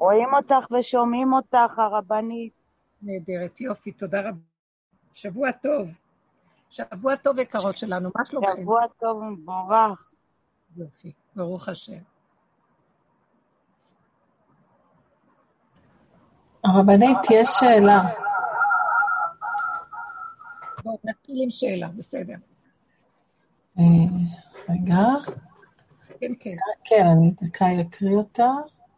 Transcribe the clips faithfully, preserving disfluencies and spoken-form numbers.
רואים אותך ושומעים אותך, הרבנית. נהדרת, יופי, תודה רבה. שבוע טוב. שבוע טוב יקרות שלנו, מה שלומכם? שבוע טוב ומבורך. יופי, ברוך השם. הרבנית, יש שאלה. בואו נתחיל עם שאלה, בסדר. רגע. כן, כן. כן, אני דקה אקריא אותה.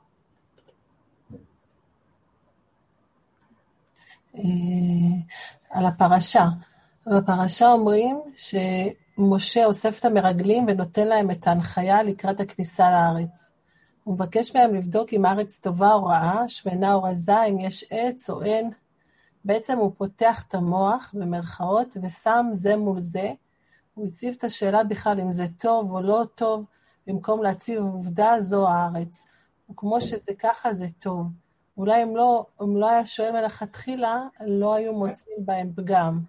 על הפרשה. בפרשה אומרים שמשה אוסף את המרגלים ונותן להם את ההנחיה לקראת הכניסה לארץ. הוא מבקש מהם לבדוק אם הארץ טובה או רעה, שמנה או רזה, אם יש עץ או אין. בעצם הוא פותח את המוח במרכאות ושם זה מול זה. הוא הציב את השאלה בכלל אם זה טוב או לא טוב, במקום להציב עובדה זו הארץ. וכמו שזה ככה זה טוב. אולי אם לא, אם לא היה שואל מלכתחילה, לא היו מוצאים בהם פגם.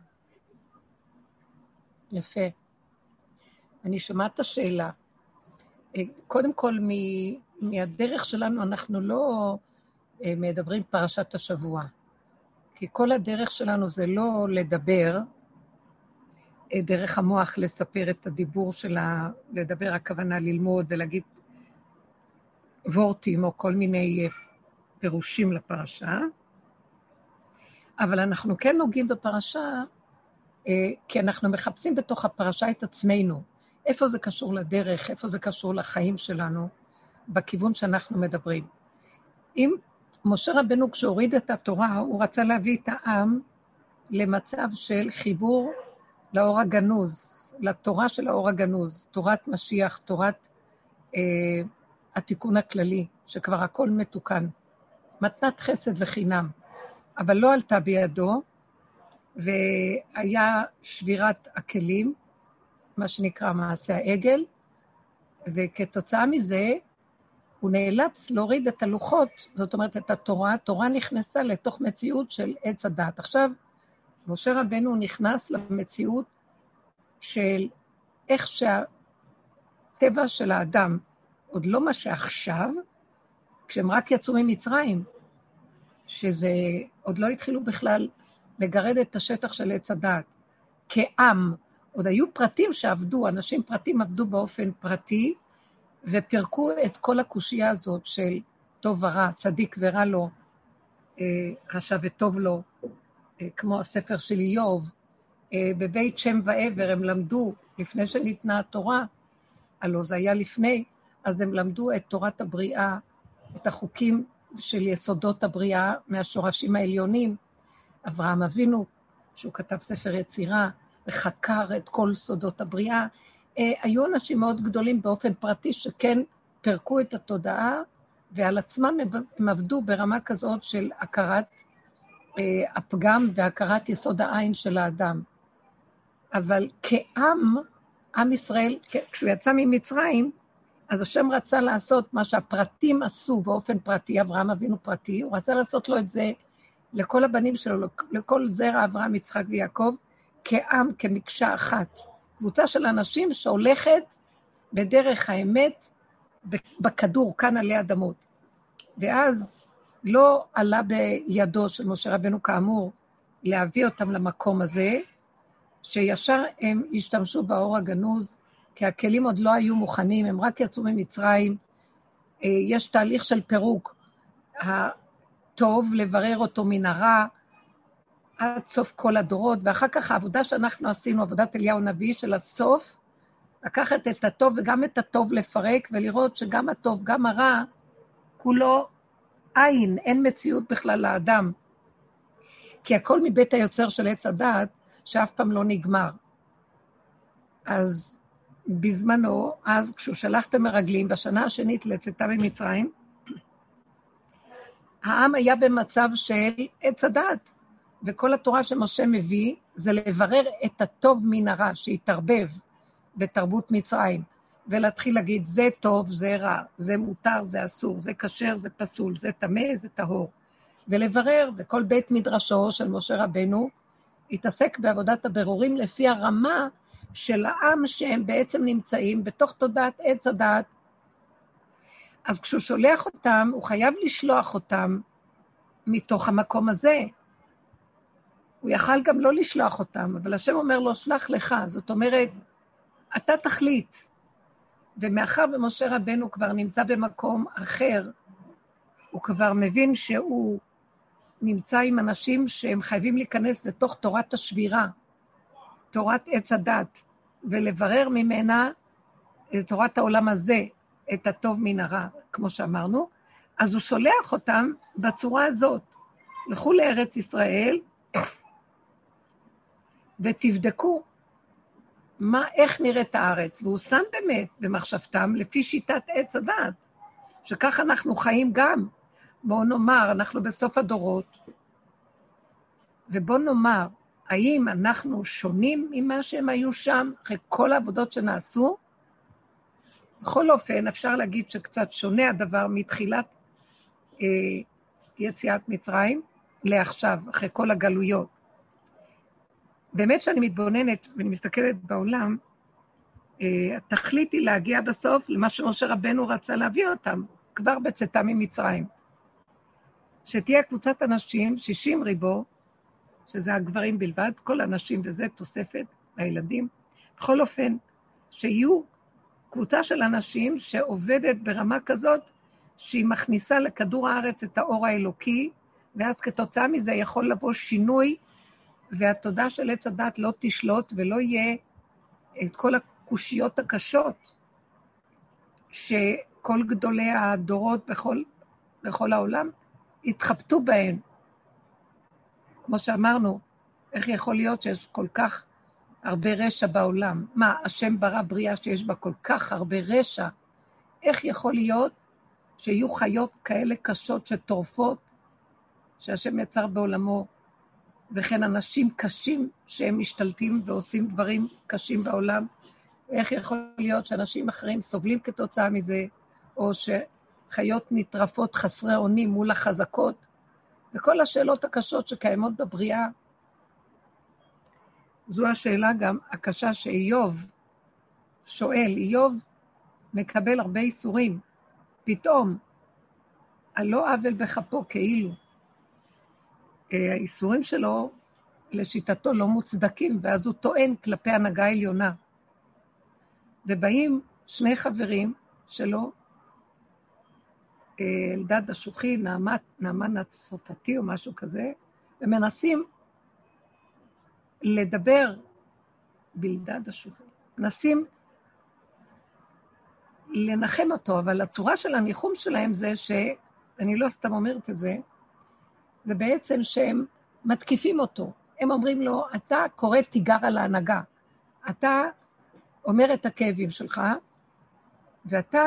יפה. אני שומעת את השאלה. קודם כל, מהדרך שלנו אנחנו לא מדברים פרשת השבוע. כי כל הדרך שלנו זה לא לדבר, דרך המוח לספר את הדיבור שלה, לדבר הכוונה ללמוד ולהגיד וורטים או כל מיני פירושים לפרשה, אבל אנחנו כן נוגעים בפרשה, כי אנחנו מחפשים בתוך הפרשה את עצמנו, איפה זה קשור לדרך, איפה זה קשור לחיים שלנו, בכיוון שאנחנו מדברים. אם משה רבנו כשהוריד את התורה, הוא רצה להביא את העם למצב של חיבור לאור הגנוז, לתורה של האור הגנוז, תורת משיח, תורת אה, התיקון הכללי, שכבר הכל מתוקן. מתנת חסד וחינם, אבל לא עלתה בידו, והיה שבירת הכלים, מה שנקרא מעשה העגל, וכתוצאה מזה הוא נאלץ להוריד את הלוחות, זאת אומרת את התורה, התורה נכנסה לתוך מציאות של עץ הדת. עכשיו, משה רבנו נכנס למציאות של איך שהטבע של האדם, עוד לא מה שעכשיו, כשהם רק יצאו ממצרים, שזה עוד לא התחילו בכלל לגרד את השטח של עץ הדת, כעם, עוד היו פרטים שעבדו, אנשים פרטים עבדו באופן פרטי, ופרקו את כל הקושייה הזאת של טוב ורע, צדיק ורע לו, רשע וטוב לו, כמו הספר של איוב, בבית שם ועבר הם למדו, לפני שניתנה התורה, הלא זה היה לפני, אז הם למדו את תורת הבריאה, את החוקים של יסודות הבריאה מהשורשים העליונים. אברהם אבינו, שהוא כתב ספר יצירה, וחקר את כל סודות הבריאה, היו אנשים מאוד גדולים באופן פרטי שכן פרקו את התודעה, ועל עצמם הם עבדו ברמה כזאת של הכרת הפגם והכרת יסוד העין של האדם. אבל כעם, עם ישראל, כשהוא יצא ממצרים, אז השם רצה לעשות מה שהפרטים עשו באופן פרטי, אברהם אבינו פרטי, הוא רצה לעשות לו את זה לכל הבנים שלו, לכל זרע אברהם, יצחק ויעקב, כעם, כמקשה אחת. קבוצה של אנשים שהולכת בדרך האמת בכדור, כאן עלי אדמות. ואז לא עלה בידו של משה רבנו כאמור להביא אותם למקום הזה, שישר הם השתמשו באור הגנוז, כי הכלים עוד לא היו מוכנים, הם רק יצאו ממצרים. יש תהליך של פירוק, הטוב לברר אותו מן הרע, עד סוף כל הדורות, ואחר כך העבודה שאנחנו עשינו, עבודת אליהו נביא של הסוף, לקחת את הטוב וגם את הטוב לפרק, ולראות שגם הטוב, גם הרע, כולו עין, אין מציאות בכלל לאדם. כי הכל מבית היוצר של עץ הדעת, שאף פעם לא נגמר. אז בזמנו, אז כשהוא שלח את המרגלים, בשנה השנית לצאתה ממצרים, העם היה במצב של עץ הדעת, וכל התורה שמשה מביא, זה לברר את הטוב מן הרע, שהתערבב בתרבות מצרים, ולהתחיל להגיד, זה טוב, זה רע, זה מותר, זה אסור, זה כשר, זה פסול, זה טמא, זה טהור. ולברר, וכל בית מדרשו של משה רבנו, התעסק בעבודת הבירורים לפי הרמה של העם שהם בעצם נמצאים בתוך תודעת עץ הדעת. אז כשהוא שולח אותם, הוא חייב לשלוח אותם מתוך המקום הזה. הוא יכל גם לא לשלוח אותם, אבל השם אומר לו, שלח לך. זאת אומרת, אתה תחליט. ומאחר ומשה רבנו כבר נמצא במקום אחר, הוא כבר מבין שהוא נמצא עם אנשים שהם חייבים להיכנס לתוך תורת השבירה, תורת עץ הדת, ולברר ממנה את תורת העולם הזה, את הטוב מן הרע, כמו שאמרנו. אז הוא שולח אותם בצורה הזאת. לכו לארץ ישראל, ותבדקו מה, איך נראית הארץ. והוא שם באמת במחשבתם לפי שיטת עץ הדת, שכך אנחנו חיים גם. בואו נאמר, אנחנו בסוף הדורות, ובואו נאמר, האם אנחנו שונים ממה שהם היו שם, אחרי כל העבודות שנעשו? בכל אופן, אפשר להגיד שקצת שונה הדבר מתחילת אה, יציאת מצרים לעכשיו, אחרי כל הגלויות. באמת שאני מתבוננת ואני מסתכלת בעולם, אה, התכלית היא להגיע בסוף למה שמשה רבנו רצה להביא אותם, כבר בצאתם ממצרים. שתהיה קבוצת אנשים, שישים ריבו, שזה הגברים בלבד, כל האנשים וזה תוספת, הילדים. בכל אופן, שיהיו קבוצה של אנשים שעובדת ברמה כזאת, שהיא מכניסה לכדור הארץ את האור האלוקי, ואז כתוצאה מזה יכול לבוא שינוי, והתודה של עץ הדת לא תשלוט, ולא יהיה את כל הקושיות הקשות, שכל גדולי הדורות בכל, בכל העולם, התחבטו בהן. כמו שאמרנו, איך יכול להיות שיש כל כך הרבה רשע בעולם? מה, השם ברא בריאה שיש בה כל כך הרבה רשע? איך יכול להיות שיהיו חיות כאלה קשות שטורפות, שהשם יצר בעולמו, וכן אנשים קשים שהם משתלטים ועושים דברים קשים בעולם? איך יכול להיות שאנשים אחרים סובלים כתוצאה מזה, או שחיות נטרפות חסרי אונים מול החזקות? וכל השאלות הקשות שקיימות בבריאה, זו השאלה גם הקשה שאיוב שואל. איוב מקבל הרבה איסורים, פתאום, על לא עוול בכפו כאילו. האיסורים שלו לשיטתו לא מוצדקים, ואז הוא טוען כלפי הנהגה העליונה. ובאים שני חברים שלו, אלדד השוחי, נעמן הצרפתי או משהו כזה, ומנסים לדבר, בלדד השוחי, מנסים לנחם אותו, אבל הצורה של הניחום שלהם זה שאני לא סתם אומרת את זה, זה בעצם שהם מתקיפים אותו. הם אומרים לו, אתה קורא תיגר על ההנהגה, אתה אומר את הכאבים שלך, ואתה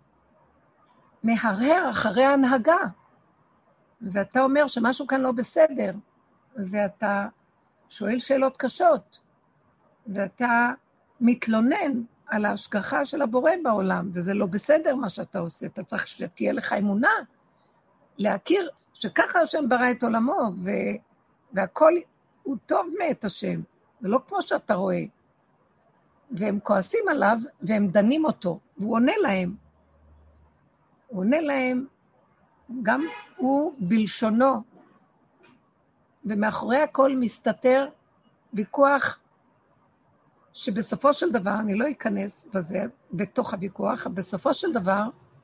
מהרהר אחרי ההנהגה, ואתה אומר שמשהו כאן לא בסדר, ואתה שואל שאלות קשות, ואתה מתלונן על ההשגחה של הבורא בעולם, וזה לא בסדר מה שאתה עושה. אתה צריך שתהיה לך אמונה, להכיר שככה השם ברא את עולמו, ו... והכל הוא טוב מאת השם, ולא כמו שאתה רואה. והם כועסים עליו, והם דנים אותו, והוא עונה להם. הוא עונה להם, גם הוא בלשונו, ומאחורי הכל מסתתר ויכוח שבסופו של דבר, אני לא אכנס בזה, בתוך הוויכוח, אבל בסופו של דבר,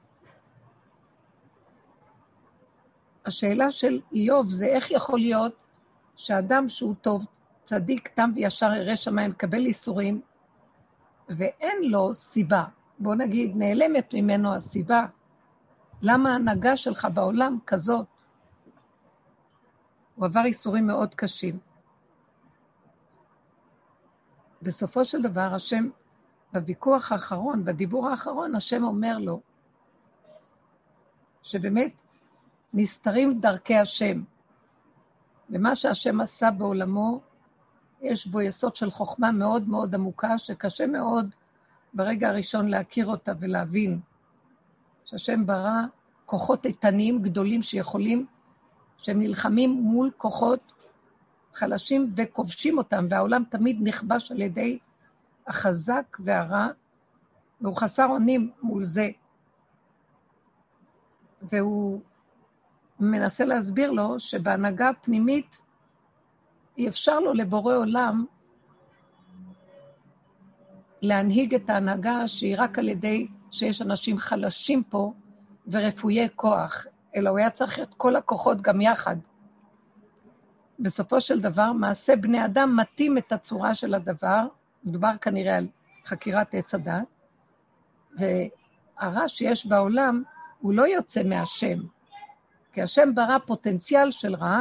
השאלה של איוב זה איך יכול להיות שאדם שהוא טוב, צדיק, תם וישר ירא שמיים, מקבל איסורים, ואין לו סיבה. בוא נגיד, נעלמת ממנו הסיבה. למה ההנהגה שלך בעולם כזאת? הוא עבר איסורים מאוד קשים. בסופו של דבר, השם, בוויכוח האחרון, בדיבור האחרון, השם אומר לו, שבאמת נסתרים דרכי השם. ומה שהשם עשה בעולמו, יש בו יסוד של חוכמה מאוד מאוד עמוקה, שקשה מאוד ברגע הראשון להכיר אותה ולהבין, שהשם ברא כוחות איתניים גדולים שיכולים, שהם נלחמים מול כוחות חלשים וכובשים אותם, והעולם תמיד נכבש על ידי החזק והרע, והוא חסר אונים מול זה. והוא מנסה להסביר לו שבהנהגה הפנימית אי אפשר לו לבורא עולם להנהיג את ההנהגה שהיא רק על ידי שיש אנשים חלשים פה ורפויי כוח, אלא הוא היה צריך את כל הכוחות גם יחד. בסופו של דבר, מעשה בני אדם מתאים את הצורה של הדבר, מדובר כנראה על חקירת עץ הדת, והרע שיש בעולם הוא לא יוצא מהשם, כי השם ברא פוטנציאל של רע,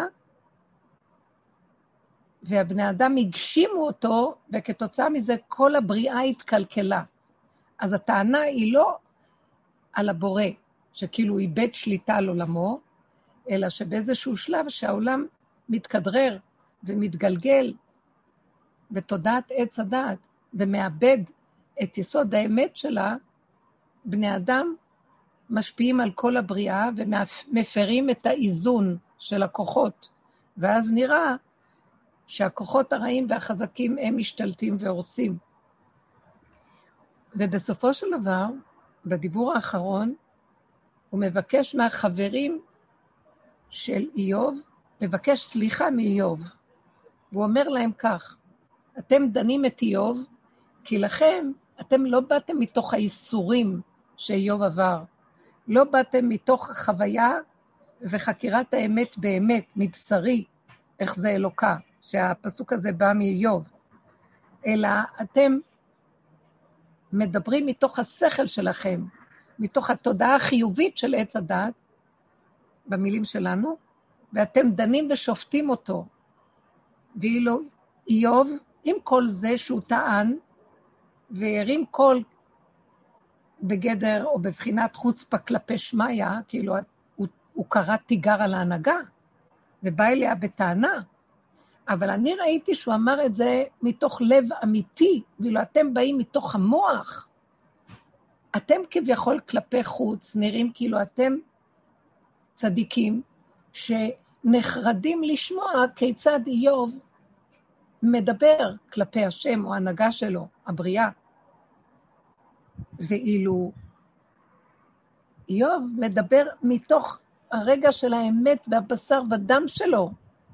והבני אדם הגשימו אותו, וכתוצאה מזה כל הבריאה התקלקלה. אז הטענה היא לא על הבורא, שכאילו איבד שליטה על עולמו, אלא שבאיזשהו שלב שהעולם מתכדרר ומתגלגל בתודעת עץ הדעת, ומאבד את יסוד האמת שלה, בני אדם משפיעים על כל הבריאה, ומפרים את האיזון של הכוחות, ואז נראה שהכוחות הרעים והחזקים הם משתלטים והורסים. ובסופו של דבר, בדיבור האחרון, הוא מבקש מהחברים של איוב, מבקש סליחה מאיוב. והוא אומר להם כך, אתם דנים את איוב, כי לכם, אתם לא באתם מתוך האיסורים שאיוב עבר, לא באתם מתוך החוויה וחקירת האמת באמת, מבשרי, איך זה אלוקה, שהפסוק הזה בא מאיוב, אלא אתם מדברים מתוך השכל שלכם, מתוך התודעה החיובית של עץ הדת, במילים שלנו, ואתם דנים ושופטים אותו. ואילו איוב, עם כל זה שהוא טען, והרים קול בגדר או בבחינת חוצפה כלפי שמיה, כאילו הוא, הוא קרא תיגר על ההנהגה, ובא אליה בטענה, אבל אני ראיתי שהוא אמר את זה מתוך לב אמיתי, ואילו אתם באים מתוך המוח, אתם כביכול כלפי חוץ, נראים כאילו אתם צדיקים, שנחרדים לשמוע כיצד איוב מדבר כלפי השם או ההנהגה שלו, הבריאה. ואילו איוב מדבר מתוך הרגע של האמת והבשר ודם שלו.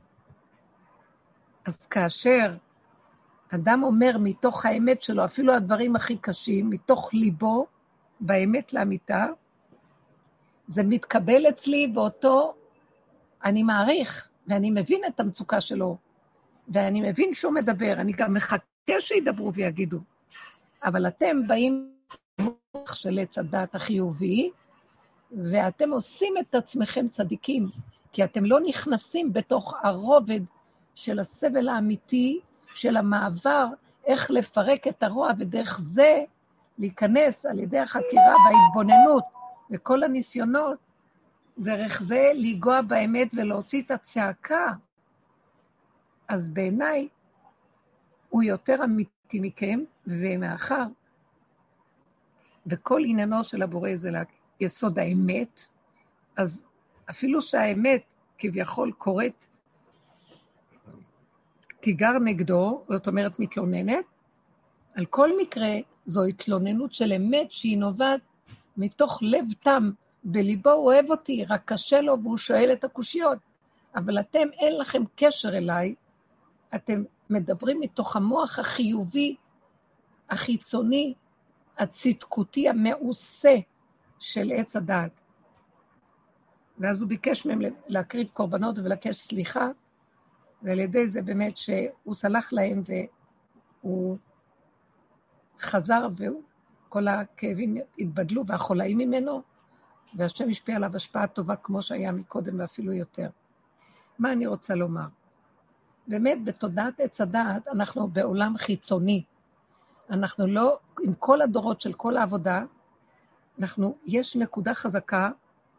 אז כאשר אדם אומר מתוך האמת שלו, אפילו הדברים הכי קשים, מתוך ליבו, באמת לאמיתה, זה מתקבל אצלי, ואותו אני מעריך, ואני מבין את המצוקה שלו, ואני מבין שהוא מדבר, אני גם מחכה שידברו ויגידו. אבל אתם באים למוח של עץ הדת החיובי, ואתם עושים את עצמכם צדיקים, כי אתם לא נכנסים בתוך הרובד של הסבל האמיתי, של המעבר, איך לפרק את הרוע, ודרך זה להיכנס על ידי החקירה וההתבוננות, וכל הניסיונות, דרך זה להיגוע באמת ולהוציא את הצעקה. אז בעיניי הוא יותר אמיתי מכם, ומאחר, וכל עניינו של הבורא זה יסוד האמת, אז אפילו שהאמת כביכול קורית תיגר נגדו, זאת אומרת מתלוננת, על כל מקרה זו התלוננות של אמת שהיא נובעת מתוך לב תם, בליבו הוא אוהב אותי, רק קשה לו והוא שואל את הקושיות, אבל אתם אין לכם קשר אליי, אתם מדברים מתוך המוח החיובי, החיצוני, הצדקותי, המעושה של עץ הדעת. ואז הוא ביקש מהם להקריב קורבנות ולבקש סליחה, ועל ידי זה באמת שהוא סלח להם והוא חזר וכל הכאבים התבדלו והחולאים ממנו, והשם השפיע עליו השפעה טובה כמו שהיה מקודם ואפילו יותר. מה אני רוצה לומר? באמת בתודעת עץ הדעת אנחנו בעולם חיצוני. אנחנו לא, עם כל הדורות של כל העבודה, אנחנו, יש נקודה חזקה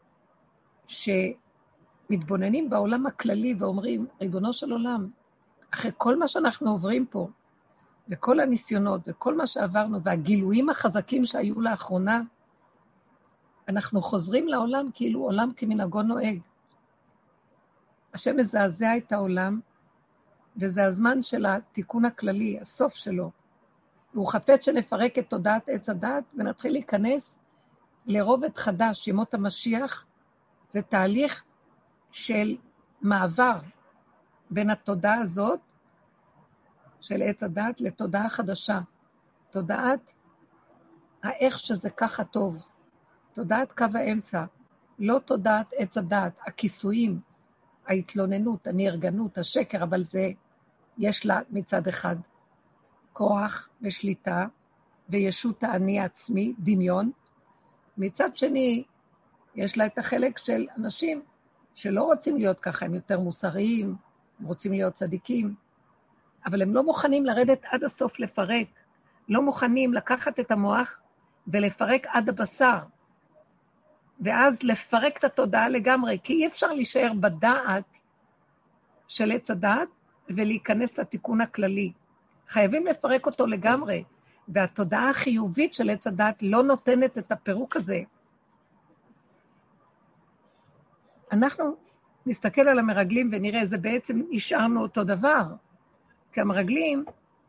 שמתבוננים בעולם הכללי ואומרים, ריבונו של עולם, אחרי כל מה שאנחנו עוברים פה, וכל הניסיונות וכל מה שעברנו, והגילויים החזקים שהיו לאחרונה, אנחנו חוזרים לעולם כאילו עולם כמנהגו נוהג. השם מזעזע את העולם, וזה הזמן של התיקון הכללי, הסוף שלו. והוא חפץ שנפרק את תודעת עץ הדת, ונתחיל להיכנס לרובד חדש, ימות המשיח, זה תהליך של מעבר בין התודעה הזאת של עץ הדת לתודעה חדשה. תודעת האיך שזה ככה טוב. תודעת קו האמצע. לא תודעת עץ הדת, הכיסויים, ההתלוננות, הנרגנות, השקר, אבל זה יש לה מצד אחד כוח ושליטה וישות האני העצמי, דמיון. מצד שני, יש לה את החלק של אנשים שלא רוצים להיות ככה, הם יותר מוסריים, הם רוצים להיות צדיקים, אבל הם לא מוכנים לרדת עד הסוף לפרק, לא מוכנים לקחת את המוח ולפרק עד הבשר, ואז לפרק את התודעה לגמרי, כי אי אפשר להישאר בדעת של עץ הדעת ולהיכנס לתיקון הכללי. חייבים לפרק אותו לגמרי, והתודעה החיובית של עץ הדעת לא נותנת את הפירוק הזה. אנחנו נסתכל על המרגלים ונראה, זה בעצם נשארנו אותו דבר. כי המרגלים,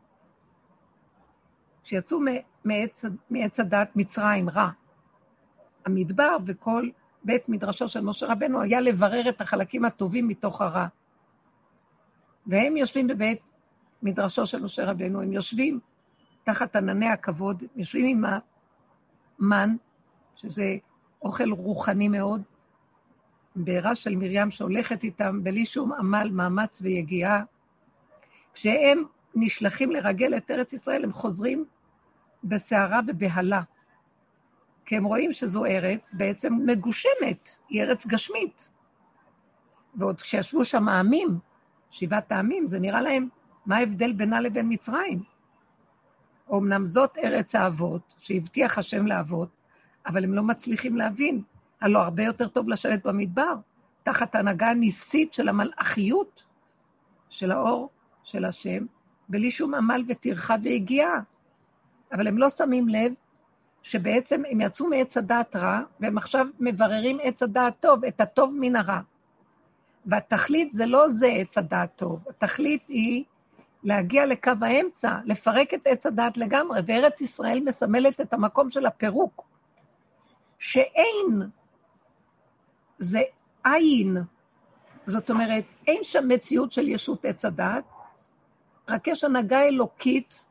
שיצאו מעץ, מעץ הדת מצרים רע, המדבר וכל בית מדרשו של משה רבנו היה לברר את החלקים הטובים מתוך הרע. והם יושבים בבית מדרשו של משה רבנו, הם יושבים תחת ענני הכבוד, יושבים עם המן, שזה אוכל רוחני מאוד, בעירה של מרים שהולכת איתם בלי שום עמל, מאמץ ויגיעה. כשהם נשלחים לרגל את ארץ ישראל, הם חוזרים בסערה ובהלה. כי הם רואים שזו ארץ בעצם מגושמת, היא ארץ גשמית. ועוד כשישבו שם העמים, שבעת העמים, זה נראה להם מה ההבדל בינה לבין מצרים. אמנם זאת ארץ האבות, שהבטיח השם לאבות, אבל הם לא מצליחים להבין. הלא הרבה יותר טוב לשבת במדבר, תחת ההנהגה הניסית של המלאכיות, של האור של השם, בלי שום עמל וטרחה והגיעה. אבל הם לא שמים לב שבעצם הם יצאו מעץ הדעת רע, והם עכשיו מבררים עץ הדעת טוב, את הטוב מן הרע. והתכלית זה לא זה עץ הדעת טוב, התכלית היא להגיע לקו האמצע, לפרק את עץ הדעת לגמרי, וארץ ישראל מסמלת את המקום של הפירוק, שאין, זה אין, זאת אומרת, אין שם מציאות של ישות עץ הדעת, רק יש הנהגה אלוקית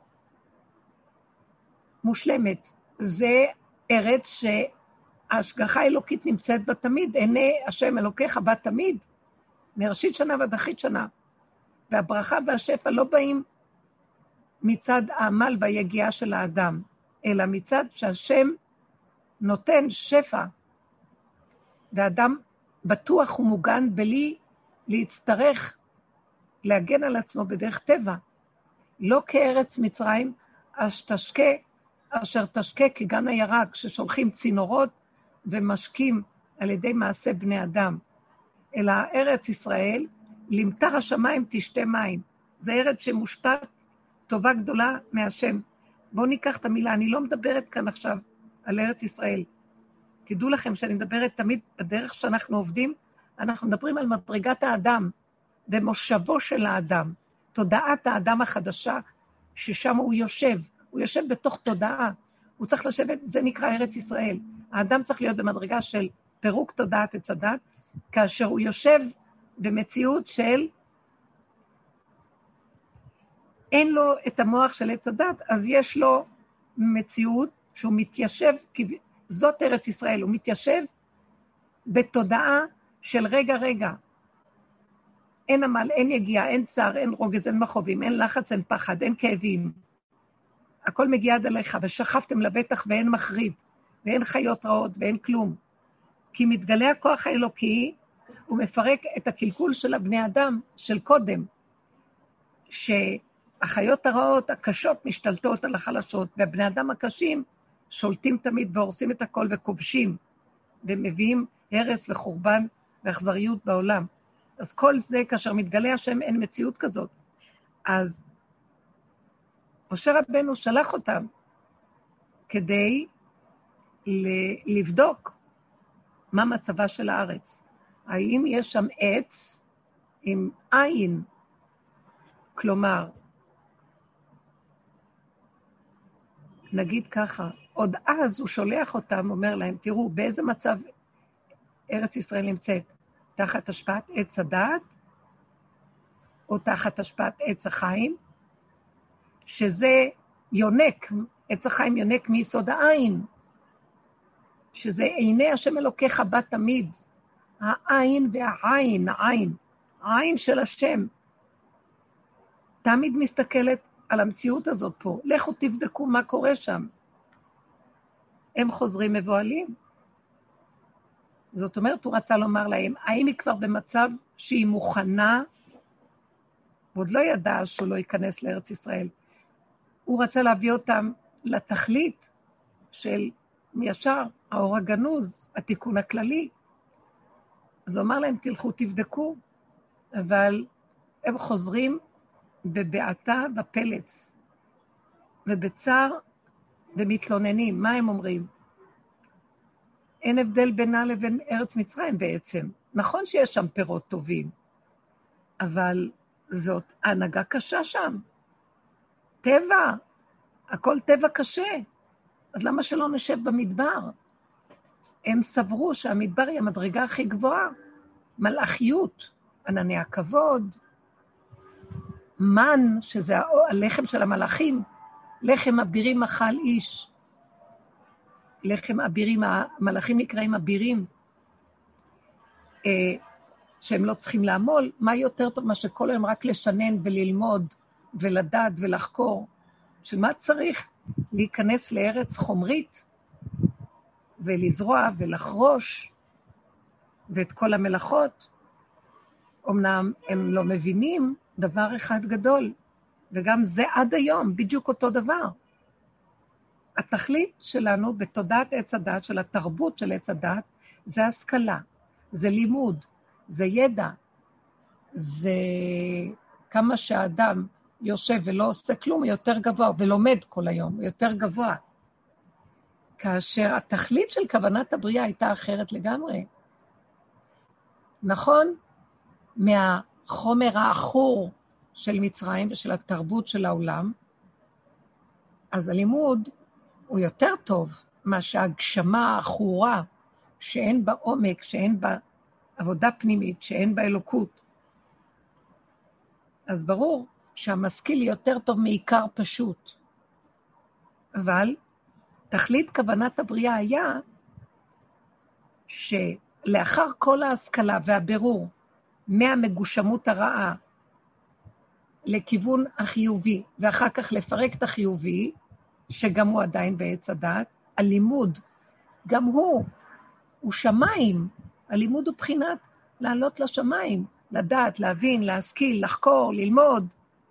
מושלמת. זה ארץ שההשגחה האלוקית נמצאת בה תמיד, עיני השם אלוקיך בה תמיד, מראשית שנה ועד אחרית שנה. והברכה והשפע לא באים מצד העמל והיגיעה של האדם, אלא מצד שהשם נותן שפע, והאדם בטוח ומוגן בלי להצטרך להגן על עצמו בדרך טבע. לא כארץ מצרים, אשר תשקה, אשר תשקה כגן הירק, ששולחים צינורות ומשקים על ידי מעשה בני אדם. אלא ארץ ישראל, למטר השמיים תשתה מים. זה ארץ שמושפעת טובה גדולה מהשם. בואו ניקח את המילה, אני לא מדברת כאן עכשיו על ארץ ישראל. תדעו לכם שאני מדברת תמיד בדרך שאנחנו עובדים, אנחנו מדברים על מדרגת האדם, במושבו של האדם, תודעת האדם החדשה, ששם הוא יושב, הוא יושב בתוך תודעה, הוא צריך לשבת, זה נקרא ארץ ישראל. האדם צריך להיות במדרגה של פירוק תודעת עץ הדת, כאשר הוא יושב במציאות של, אין לו את המוח של עץ הדת, אז יש לו מציאות שהוא מתיישב, זאת ארץ ישראל, הוא מתיישב בתודעה של רגע רגע. אין עמל, אין יגיעה, אין צער, אין רוגז, אין מחובים, אין לחץ, אין פחד, אין כאבים. הכל מגיע עד עליך, ושכבתם לבטח ואין מחריד, ואין חיות רעות ואין כלום. כי מתגלה הכוח האלוקי, הוא מפרק את הקלקול של הבני אדם, של קודם, שהחיות הרעות הקשות משתלטות על החלשות, והבני אדם הקשים שולטים תמיד והורסים את הכל וכובשים, ומביאים הרס וחורבן ואכזריות בעולם. אז כל זה, כאשר מתגלה השם, אין מציאות כזאת. אז משה רבנו שלח אותם כדי לבדוק מה מצבה של הארץ. האם יש שם עץ עם עין, כלומר, נגיד ככה, עוד אז הוא שולח אותם, אומר להם, תראו, באיזה מצב ארץ ישראל נמצאת תחת השפעת עץ הדעת, או תחת השפעת עץ החיים, שזה יונק, עץ החיים יונק מיסוד העין, שזה עיני השם אלוקיך בה תמיד, העין והעין, העין, העין של השם, תמיד מסתכלת על המציאות הזאת פה. לכו תבדקו מה קורה שם. הם חוזרים מבועלים. זאת אומרת, הוא רצה לומר להם, האם היא כבר במצב שהיא מוכנה, ועוד לא ידע שהוא לא ייכנס לארץ ישראל. הוא רצה להביא אותם לתכלית של מישר, האור הגנוז, התיקון הכללי. אז הוא אמר להם, תלכו תבדקו, אבל הם חוזרים בבעתה בפלץ, ובצער ומתלוננים. מה הם אומרים? אין הבדל בינה לבין ארץ מצרים בעצם. נכון שיש שם פירות טובים, אבל זאת הנהגה קשה שם. טבע, הכל טבע קשה. אז למה שלא נשב במדבר? הם סברו שהמדבר היא המדרגה הכי גבוהה. מלאכיות, ענני הכבוד, מן, שזה הלחם של המלאכים, לחם אבירים אכל איש. לחם אבירים, המלאכים נקראים אבירים, אה, שהם לא צריכים לעמול. מה יותר טוב מה שכל היום רק לשנן וללמוד ולדעת ולחקור? שמה צריך להיכנס לארץ חומרית ולזרוע ולחרוש ואת כל המלאכות? אמנם הם לא מבינים דבר אחד גדול, וגם זה עד היום, בדיוק אותו דבר. התכלית שלנו בתודעת עץ הדת, של התרבות של עץ הדת, זה השכלה, זה לימוד, זה ידע, זה כמה שהאדם יושב ולא עושה כלום, הוא יותר גבוה, ולומד כל היום, הוא יותר גבוה. כאשר התכלית של כוונת הבריאה הייתה אחרת לגמרי. נכון? מהחומר האחור של מצרים ושל התרבות של העולם, אז הלימוד הוא יותר טוב מה שהגשמה האחורה, שאין בה עומק, שאין בה עבודה פנימית, שאין בה אלוקות. אז ברור שהמשכיל יותר טוב מעיקר פשוט. אבל תכלית כוונת הבריאה היה שלאחר כל ההשכלה והבירור מהמגושמות הרעה לכיוון החיובי, ואחר כך לפרק את החיובי, שגם הוא עדיין בעץ הדעת, הלימוד, גם הוא, הוא שמיים, הלימוד הוא בחינת לעלות לשמיים, לדעת, להבין, להשכיל, לחקור, ללמוד,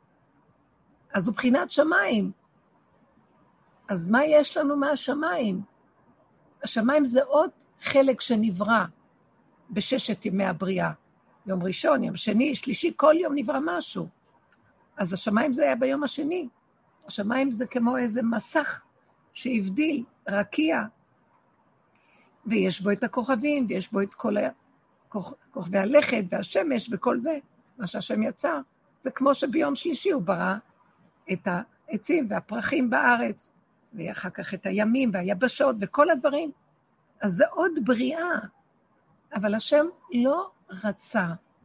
אז הוא בחינת שמיים. אז מה יש לנו מהשמיים? השמיים זה עוד חלק שנברא בששת ימי הבריאה. יום ראשון, יום שני, שלישי, כל יום נברא משהו. אז השמיים זה היה ביום השני. השמיים זה כמו איזה מסך שהבדיל, רקיע, ויש בו את הכוכבים, ויש בו את כל הכוכ... כוכבי הלכת והשמש וכל זה, מה שהשם יצר. זה כמו שביום שלישי הוא ברא את העצים והפרחים בארץ, ואחר כך את הימים והיבשות וכל הדברים. אז זה עוד בריאה, אבל השם לא רצה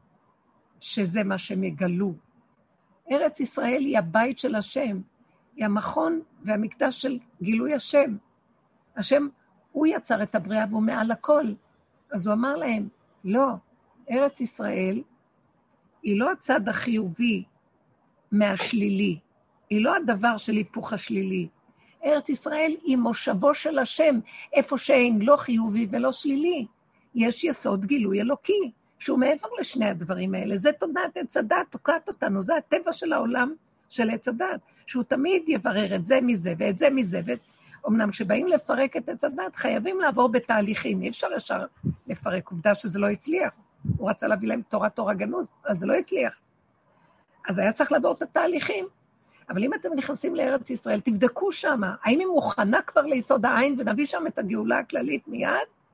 שזה מה שהם יגלו. ארץ ישראל היא הבית של השם, היא המכון והמקדש של גילוי השם. השם, הוא יצר את הבריאה והוא מעל הכל. אז הוא אמר להם, לא, ארץ ישראל היא לא הצד החיובי מהשלילי, היא לא הדבר של היפוך השלילי. ארץ ישראל היא מושבו של השם, איפה שאין לא חיובי ולא שלילי. יש יסוד גילוי אלוקי, שהוא מעבר לשני הדברים האלה. זה תודעת עץ הדת, תוקעת אותנו, זה הטבע של העולם של עץ הדת, שהוא תמיד יברר את זה מזה ואת זה מזה. אמנם שבאים לפרק את עץ הדת, חייבים לעבור בתהליכים, אי אפשר ישר לפרק, עובדה שזה לא הצליח. הוא רצה להביא להם תורת אור הגנוז, אז זה לא הצליח. אז היה צריך לעבור את התהליכים. אבל אם אתם נכנסים לארץ ישראל, תבדקו שם, האם היא מוכנה כבר ליסוד העין, ונביא שם את הגאולה הכללית מיד?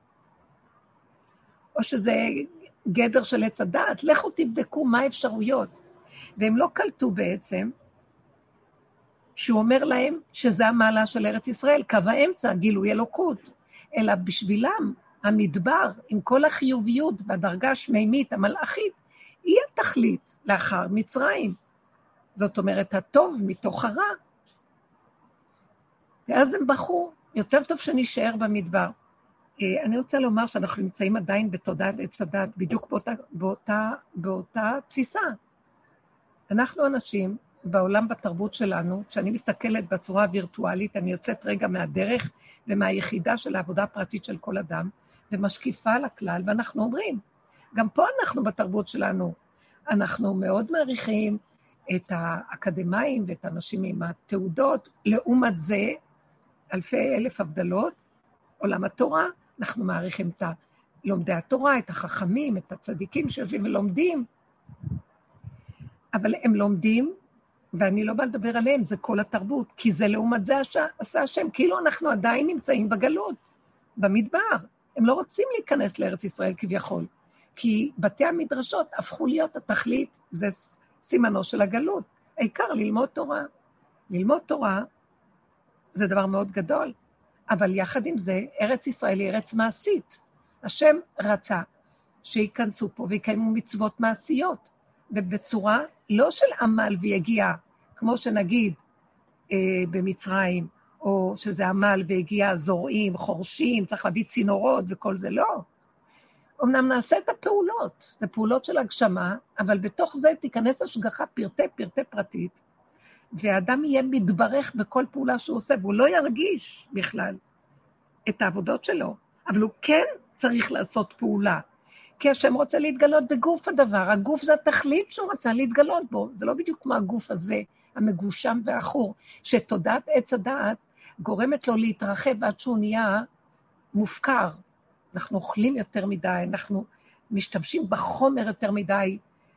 או שזה גדר של עץ הדעת? לכו תבדקו מה האפשרויות. והם לא קלטו בעצם, שהוא אומר להם שזה המעלה של ארץ ישראל, קו האמצע, גילוי אלוקות. אלא בשבילם, המדבר, עם כל החיוביות והדרגה השמימית, המלאכית, היא התכלית לאחר מצרים. זאת אומרת, הטוב מתוך הרע. ואז הם בחרו, יותר טוב שנשאר במדבר. אני רוצה לומר שאנחנו נמצאים עדיין בתודעת עץ הדת, בדיוק באותה, באותה, באותה תפיסה. אנחנו אנשים בעולם בתרבות שלנו, כשאני מסתכלת בצורה הווירטואלית, אני יוצאת רגע מהדרך ומהיחידה של העבודה הפרטית של כל אדם, ומשקיפה על הכלל, ואנחנו אומרים, גם פה אנחנו בתרבות שלנו, אנחנו מאוד מעריכים את האקדמיים ואת האנשים עם התעודות, לעומת זה, אלפי אלף הבדלות, עולם התורה, אנחנו מעריכים את לומדי התורה, את החכמים, את הצדיקים שיושבים ולומדים, אבל הם לומדים, ואני לא באה לדבר עליהם, זה כל התרבות, כי זה לעומת זה עשה השם, כאילו אנחנו עדיין נמצאים בגלות, במדבר. הם לא רוצים להיכנס לארץ ישראל כביכול, כי בתי המדרשות הפכו להיות התכלית, זה סימנו של הגלות, העיקר ללמוד תורה. ללמוד תורה זה דבר מאוד גדול, אבל יחד עם זה, ארץ ישראל היא ארץ מעשית. השם רצה שיכנסו פה ויקיימו מצוות מעשיות, ובצורה לא של עמל ויגיע, כמו שנגיד אה, במצרים, או שזה עמל והגיע זורעים, חורשים, צריך להביא צינורות וכל זה, לא. אמנם נעשה את הפעולות, זה פעולות של הגשמה, אבל בתוך זה תיכנס השגחה פרטי פרטי פרטית, והאדם יהיה מתברך בכל פעולה שהוא עושה, והוא לא ירגיש בכלל את העבודות שלו, אבל הוא כן צריך לעשות פעולה, כי השם רוצה להתגלות בגוף הדבר, הגוף זה התכלית שהוא רצה להתגלות בו, זה לא בדיוק כמו הגוף הזה, המגושם והאחור, שתודעת עץ הדעת גורמת לו להתרחב עד שהוא נהיה מופקר, אנחנו אוכלים יותר מדי, אנחנו משתמשים בחומר יותר מדי,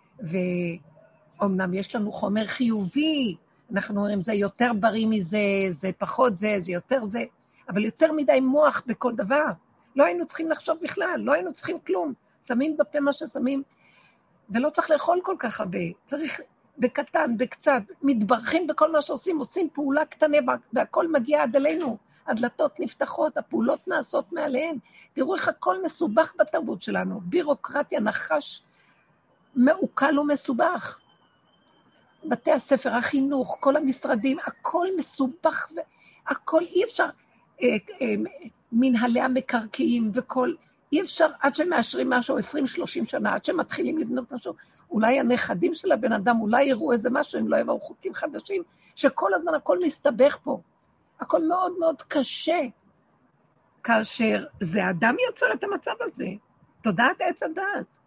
ואומנם יש לנו חומר חיובי, אנחנו אומרים זה יותר בריא מזה, זה פחות זה, זה יותר זה, אבל יותר מדי מוח בכל דבר, לא היינו צריכים לחשוב בכלל, לא היינו צריכים כלום, שמים בפה מה ששמים, ולא צריך לאכול כל כך הרבה, צריך בקטן, בקצת, מתברכים בכל מה שעושים, עושים פעולה קטנה, והכל מגיע עד אלינו, הדלתות נפתחות, הפעולות נעשות מעליהן, תראו איך הכל מסובך בתרבות שלנו, בירוקרטיה, נחש, מעוקל ומסובך, בתי הספר, החינוך, כל המשרדים, הכל מסובך, והכל אי אפשר, אה, אה, מנהלי המקרקעים וכל, אי אפשר עד שמאשרים משהו, עשרים שלושים שנה, עד שמתחילים לבנות משהו, אולי הנכדים של הבן אדם, אולי יראו איזה משהו, אם לא יבואו חוקים חדשים, שכל הזמן הכל מסתבך פה, הכל מאוד מאוד קשה, כאשר זה אדם יוצר את המצב הזה, תודעת עץ הדעת,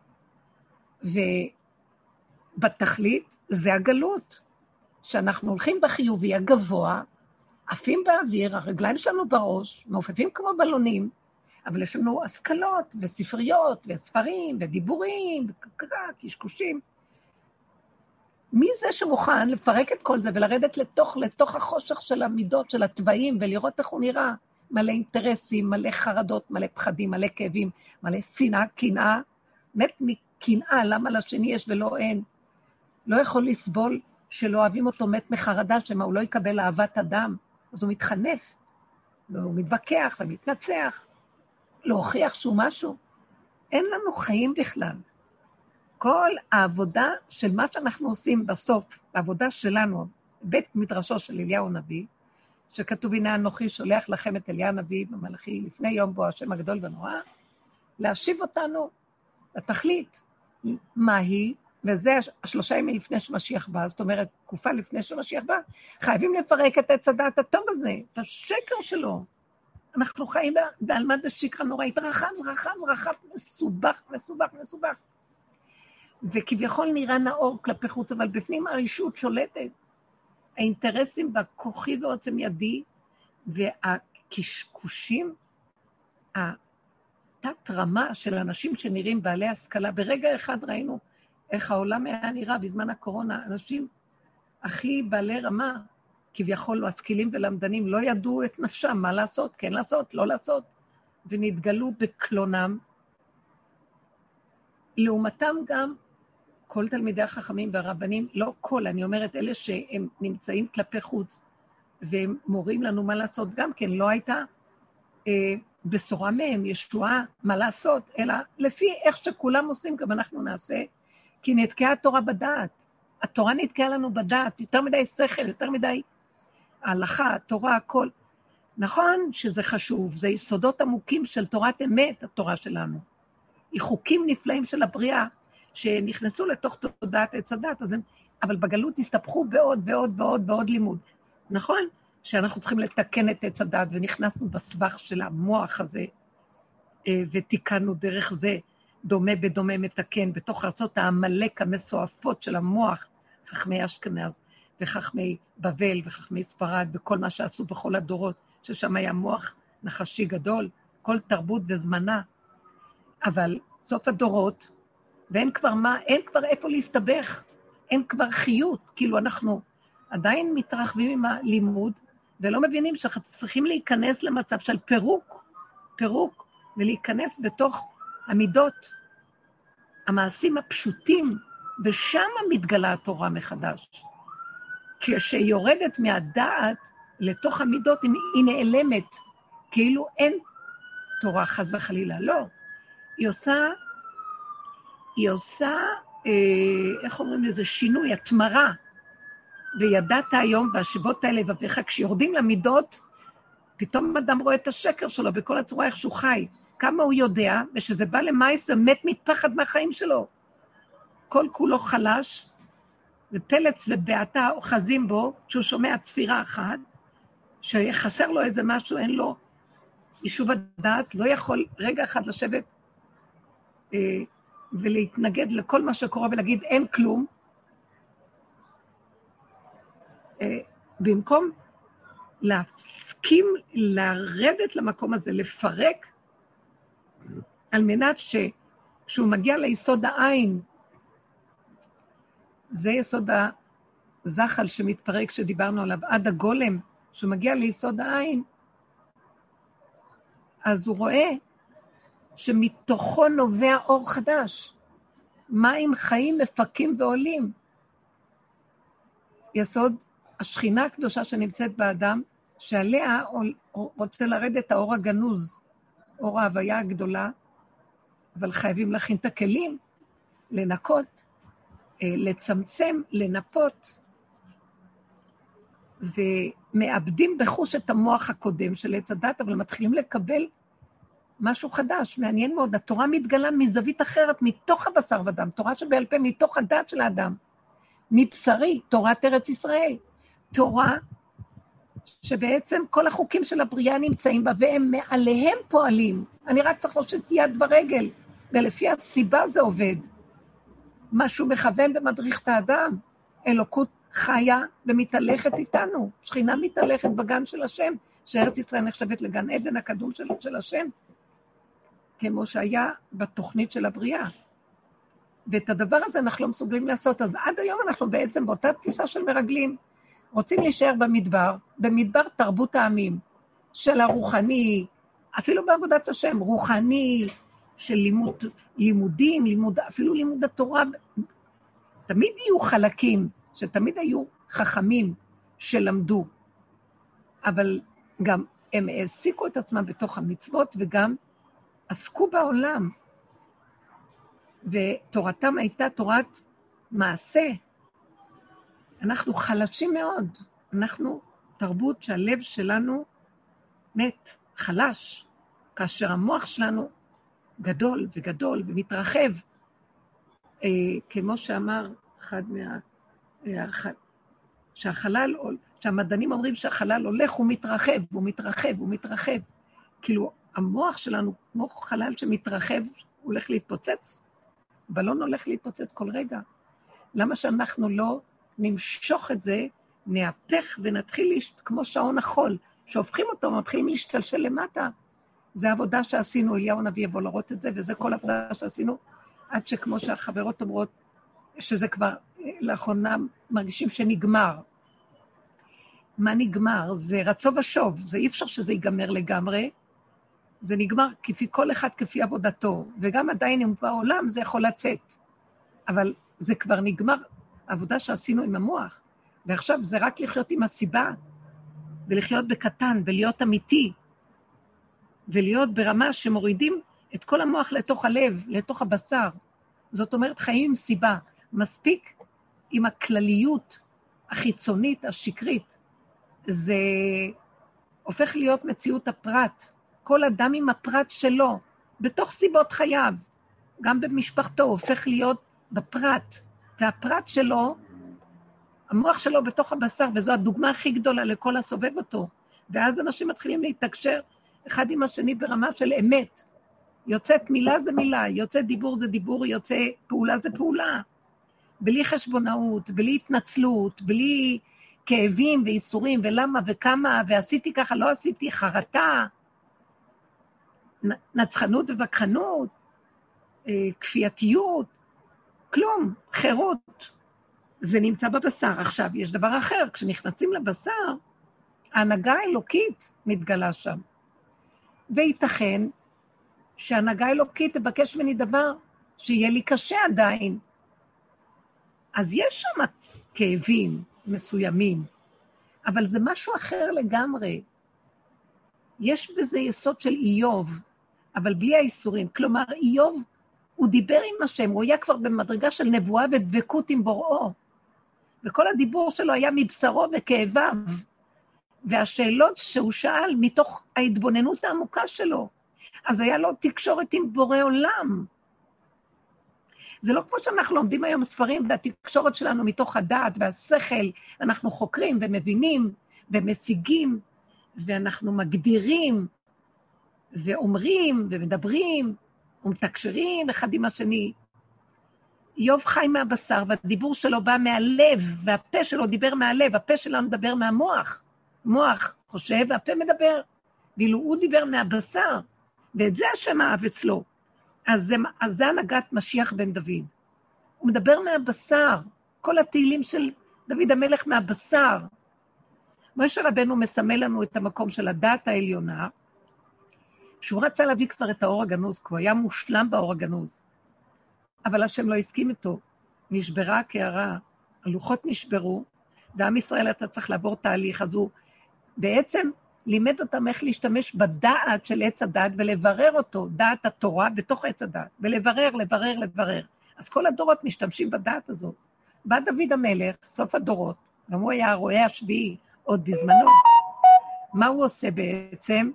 ובתכלית זה הגלות, שאנחנו הולכים בחיובי הגבוה, עפים באוויר, הרגליים שלנו בראש, מעופפים כמו בלונים, אבל יש לנו השכלות וספריות וספרים ודיבורים וקשקושים. מי זה שמוכן לפרק את כל זה ולרדת לתוך, לתוך החושך של המידות, של הטבעים, ולראות איך הוא נראה? מלא אינטרסים, מלא חרדות, מלא פחדים, מלא כאבים, מלא שנאה, קנאה, מת מקנאה, למה לשני יש ולא אין? לא יכול לסבול שלא אוהבים אותו, מת מחרדה, שמה הוא לא יקבל אהבת אדם, אז הוא מתחנף, הוא מתווכח ומתנצח, להוכיח שהוא משהו. אין לנו חיים בכלל. כל העבודה של מה שאנחנו עושים בסוף, העבודה שלנו, בית מדרשו של אליהו הנביא, שכתוב הנה אנוכי שולח לכם את אליהו הנביא במלאכי לפני יום בו השם הגדול ונורא, להשיב אותנו לתכלית. מה היא? וזה השלושה ימים לפני שמשיח בא, זאת אומרת, תקופה לפני שמשיח בא, חייבים לפרק את עץ הדעת הטוב הזה, את השקר שלו. אנחנו חיים בעלמד השקר נוראית, רחב, רחב, רחב, מסובך, מסובך, מסובך. וכביכול נראה נאור כלפי חוץ, אבל בפנים הרשות שולטת. האינטרסים בכוחי ועוצם ידי, והקשקושים, התת רמה של אנשים שנראים בעלי השכלה, ברגע אחד ראינו איך העולם היה נראה בזמן הקורונה, אנשים הכי בעלי רמה, כביכול משכילים ולמדנים, לא ידעו את נפשם, מה לעשות, כן לעשות, לא לעשות, ונתגלו בקלונם. לעומתם גם כל תלמידי החכמים והרבנים, לא כל, אני אומרת, אלה שהם נמצאים כלפי חוץ, והם מורים לנו מה לעשות גם כן, לא הייתה אה, בשורה מהם, ישועה, מה לעשות, אלא לפי איך שכולם עושים, גם אנחנו נעשה, כי נתקעה התורה בדעת. התורה נתקעה לנו בדעת, יותר מדי שכל, יותר מדי ההלכה, התורה, הכל. נכון שזה חשוב, זה יסודות עמוקים של תורת אמת, התורה שלנו. היא חוקים נפלאים של הבריאה, שנכנסו לתוך תודעת עץ הדת, אז הם, אבל בגלות הסתפחו בעוד ועוד ועוד ועוד לימוד. נכון שאנחנו צריכים לתקן את עץ הדת, ונכנסנו בסבך של המוח הזה, ותיקנו דרך זה, דומה בדומה מתקן, בתוך ארצות העמלק המסועפות של המוח, חכמי אשכנז, וחכמי בבל, וחכמי ספרד, וכל מה שעשו בכל הדורות, ששם היה מוח נחשי גדול, כל תרבות וזמנה. אבל סוף הדורות, ואין כבר מה, אין כבר איפה להסתבך, אין כבר חיות, כאילו אנחנו עדיין מתרחבים עם הלימוד, ולא מבינים שצריכים להיכנס למצב של פירוק, פירוק, ולהיכנס בתוך המידות, המעשים הפשוטים, ושם מתגלה התורה מחדש. כשהיא יורדת מהדעת לתוך המידות, היא נעלמת, כאילו אין תורה חס וחלילה, לא. היא עושה, היא עושה, אה, איך אומרים לזה, שינוי, התמרה, וידעת היום, והשיבות האלה לבביך, כשיורדים למידות, פתאום אדם רואה את השקר שלו, בכל הצורה איך שהוא חי, כמה הוא יודע, ושזה בא למייס, זה מת מפחד מהחיים שלו. כל כולו חלש, ופלץ ובעתה אוחזים בו, שהוא שומע צפירה אחת, שחסר לו איזה משהו, אין לו יישוב הדעת, לא יכול רגע אחד לשבת אה, ולהתנגד לכל מה שקורה ולהגיד אין כלום, אה, במקום להסכים לרדת למקום הזה, לפרק, על מנת שכשהוא מגיע ליסוד העין, זה יסוד הזחל שמתפרק שדיברנו עליו, עד הגולם, שהוא מגיע ליסוד העין, אז הוא רואה שמתוכו נובע אור חדש. מים חיים מפקים ועולים. יסוד השכינה הקדושה שנמצאת באדם, שעליה רוצה לרדת האור הגנוז, אור ההוויה הגדולה, אבל חייבים להכין את הכלים, לנקות, לצמצם, לנפות, ומאבדים בחוש את המוח הקודם של עץ הדת, אבל מתחילים לקבל משהו חדש, מעניין מאוד. התורה מתגלה מזווית אחרת, מתוך הבשר ודם, תורה שבעל פה, מתוך הדת של האדם, מבשרי, תורת ארץ ישראל, תורה שבעצם כל החוקים של הבריאה נמצאים בה, והם מעליהם פועלים. אני רק צריך להושיט יד ברגל, ולפי הסיבה זה עובד. משהו מכוון ומדריך את האדם, אלוקות חיה ומתהלכת איתנו, שכינה מתהלכת בגן של השם, שארץ ישראל נחשבת לגן עדן הקדום של, של השם, כמו שהיה בתוכנית של הבריאה. ואת הדבר הזה אנחנו לא מסוגלים לעשות, אז עד היום אנחנו בעצם באותה תפיסה של מרגלים, רוצים להישאר במדבר, במדבר תרבות העמים, של הרוחני, אפילו בעבודת השם, רוחני, של לימוד, לימודים, לימוד, אפילו לימוד התורה, תמיד יהיו חלקים, שתמיד היו חכמים שלמדו, אבל גם הם העסיקו את עצמם בתוך המצוות, וגם עסקו בעולם, ותורתם הייתה תורת מעשה. אנחנו חלשים מאוד, אנחנו תרבות שהלב שלנו מת, חלש, כאשר המוח שלנו גדול וגדול ומתרחב, אה, כמו שאמר אחד מה... אה, שהחלל, שהמדענים אומרים שהחלל הולך ומתרחב, הוא מתרחב, הוא מתרחב. כאילו המוח שלנו כמו חלל שמתרחב, הוא הולך להתפוצץ, בלון הולך להתפוצץ כל רגע. למה שאנחנו לא נמשוך את זה, נהפך ונתחיל להשת... כמו שעון החול, שהופכים אותו ומתחילים להשתלשל למטה. זה העבודה שעשינו, אליהו הנביא יבוא לראות את זה, וזה כל העבודה שעשינו, עד שכמו שהחברות אומרות, שזה כבר לאחרונה מרגישים שנגמר. מה נגמר? זה רצו ושוב, זה אי אפשר שזה ייגמר לגמרי, זה נגמר כפי כל אחד כפי עבודתו, וגם עדיין אם בעולם זה יכול לצאת, אבל זה כבר נגמר, העבודה שעשינו עם המוח, ועכשיו זה רק לחיות עם הסיבה, ולחיות בקטן, ולהיות אמיתי, ולהיות ברמה שמורידים את כל המוח לתוך הלב, לתוך הבשר. זאת אומרת, חיים עם סיבה. מספיק עם הכלליות החיצונית, השקרית. זה הופך להיות מציאות הפרט. כל אדם עם הפרט שלו, בתוך סיבות חייו, גם במשפחתו, הופך להיות בפרט. והפרט שלו, המוח שלו בתוך הבשר, וזו הדוגמה הכי גדולה לכל הסובב אותו. ואז אנשים מתחילים להתקשר אחד עם השני ברמה של אמת. יוצאת מילה זה מילה, יוצא דיבור זה דיבור, יוצא פעולה זה פעולה. בלי חשבונאות, בלי התנצלות, בלי כאבים ואיסורים, ולמה וכמה, ועשיתי ככה, לא עשיתי, חרטה, נצחנות ובקחנות, כפייתיות, כלום, חירות. זה נמצא בבשר. עכשיו, יש דבר אחר, כשנכנסים לבשר, ההנהגה האלוקית מתגלה שם. וייתכן שההנהגה האלוקית תבקש ממני דבר שיהיה לי קשה עדיין. אז יש שם כאבים מסוימים, אבל זה משהו אחר לגמרי. יש בזה יסוד של איוב, אבל בלי האיסורים. כלומר, איוב, הוא דיבר עם השם, הוא היה כבר במדרגה של נבואה ודבקות עם בוראו, וכל הדיבור שלו היה מבשרו וכאביו, והשאלות שהוא שאל מתוך ההתבוננות העמוקה שלו, אז היה לו תקשורת עם בורא עולם. זה לא כמו שאנחנו לומדים היום ספרים, והתקשורת שלנו מתוך הדעת והשכל, אנחנו חוקרים ומבינים ומשיגים, ואנחנו מגדירים ואומרים ומדברים ומתקשרים אחד עם השני. איוב חי מהבשר, והדיבור שלו בא מהלב, והפה שלו דיבר מהלב, הפה שלנו מדבר מהמוח. מוח חושב והפה מדבר, ואילו הוא דיבר מהבשר, ואת זה השם אהב אצלו. אז זה, אז זה הנהגת משיח בן דוד. הוא מדבר מהבשר, כל התהילים של דוד המלך מהבשר. משה רבנו מסמל לנו את המקום של הדעת העליונה, שהוא רצה להביא כבר את האור הגנוז, כי הוא היה מושלם באור הגנוז. אבל השם לא הסכים איתו, נשברה הקערה, הלוחות נשברו, ועם ישראל אתה צריך לעבור תהליך, אז הוא בעצם לימד אותם איך להשתמש בדעת של עץ הדעת, ולברר אותו, דעת התורה בתוך עץ הדעת, ולברר, לברר, לברר. אז כל הדורות משתמשים בדעת הזאת. בא דוד המלך, סוף הדורות, גם הוא היה הרועה השביעי, עוד בזמנו. מה הוא עושה בעצם?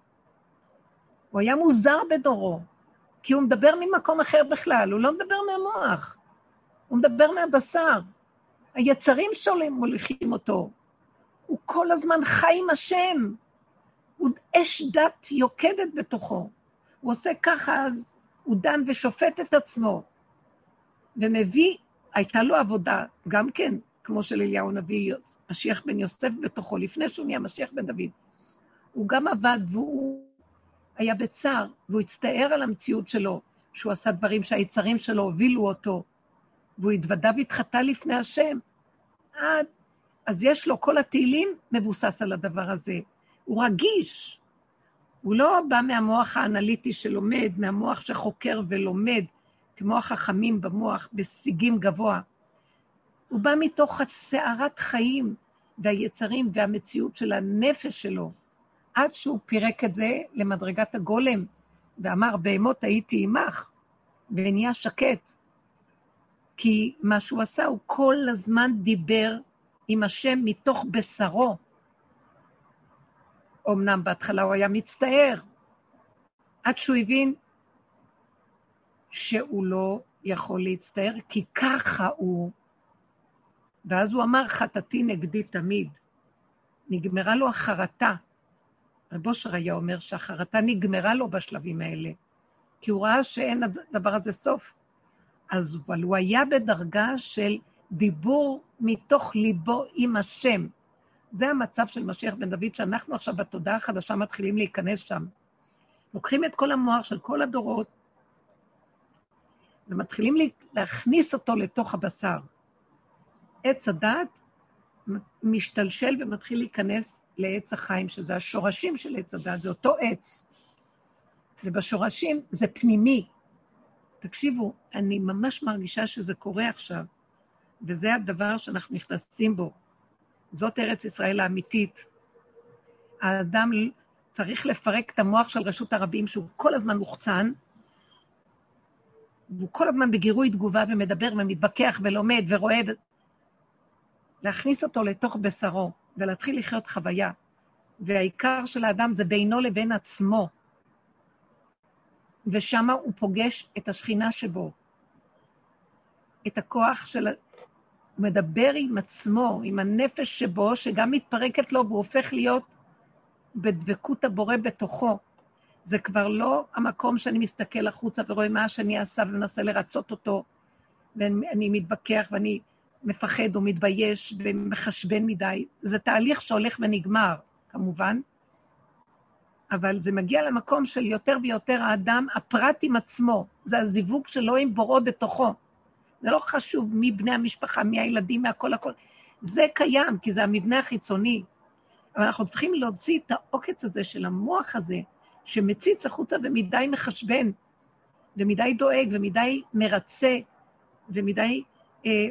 הוא היה מוזר בדורו, כי הוא מדבר ממקום אחר בכלל, הוא לא מדבר מהמוח, הוא מדבר מהבשר. היצרים שולים מוליכים אותו, הוא כל הזמן חי עם השם, הוא אש דת יוקדת בתוכו, הוא עושה ככה, אז הוא דן ושופט את עצמו, ומביא, הייתה לו עבודה, גם כן, כמו של אליהו נביא, משיח בן יוסף בתוכו, לפני שהוא נהיה משיח בן דוד, הוא גם עבד והוא היה בצער, והוא הצטער על המציאות שלו, שהוא עשה דברים שהיצרים שלו הובילו אותו, והוא התוודה והתחטא לפני השם. עד, אז יש לו, כל התהילים מבוסס על הדבר הזה. הוא רגיש. הוא לא בא מהמוח האנליטי שלומד, מהמוח שחוקר ולומד, כמו החכמים במוח, בשיגים גבוה. הוא בא מתוך הסערת חיים והיצרים והמציאות של הנפש שלו, עד שהוא פירק את זה למדרגת הגולם, ואמר, בהמות הייתי עמך, ונהיה שקט. כי מה שהוא עשה, הוא כל הזמן דיבר עם השם מתוך בשרו. אמנם בהתחלה הוא היה מצטער, עד שהוא הבין שהוא לא יכול להצטער, כי ככה הוא. ואז הוא אמר, חטאתי נגדי תמיד. נגמרה לו החרטה. רב אושר היה אומר שהחרטה נגמרה לו בשלבים האלה, כי הוא ראה שאין הדבר הזה סוף. אז אבל הוא היה בדרגה של דיבור מתוך ליבו עם השם. זה המצב של משיח בן דוד, שאנחנו עכשיו בתודעה החדשה מתחילים להיכנס שם. לוקחים את כל המוח של כל הדורות, ומתחילים להכניס אותו לתוך הבשר. עץ הדעת משתלשל ומתחיל להיכנס לעץ החיים, שזה השורשים של עץ הדעת, זה אותו עץ. ובשורשים זה פנימי. תקשיבו, אני ממש מרגישה שזה קורה עכשיו, וזה הדבר שאנחנו נכנסים בו. זאת ארץ ישראל האמיתית. האדם צריך לפרק את המוח של רשות הרבים, שהוא כל הזמן מוחצן, והוא כל הזמן בגירוי תגובה ומדבר ומתבקח ולומד ורואה, להכניס אותו לתוך בשרו, ולהתחיל לחיות חוויה. והעיקר של האדם זה בינו לבין עצמו, ושם הוא פוגש את השכינה שבו, את הכוח של... הוא מדבר עם עצמו, עם הנפש שבו, שגם מתפרקת לו, והוא הופך להיות בדבקות הבורא בתוכו. זה כבר לא המקום שאני מסתכל החוצה ורואה מה שאני אעשה ומנסה לרצות אותו, ואני מתווכח ואני מפחד או מתבייש ומחשבן מדי. זה תהליך שהולך ונגמר, כמובן, אבל זה מגיע למקום של יותר ויותר האדם, הפרט עם עצמו, זה הזיווג שלו עם בוראו בתוכו. זה לא חשוב מי בני המשפחה, מי הילדים, מהכל הכל. זה קיים, כי זה המבנה החיצוני. אבל אנחנו צריכים להוציא את העוקץ הזה של המוח הזה, שמציץ החוצה ומדי מחשבן, ומדי דואג, ומדי מרצה, ומדי אה,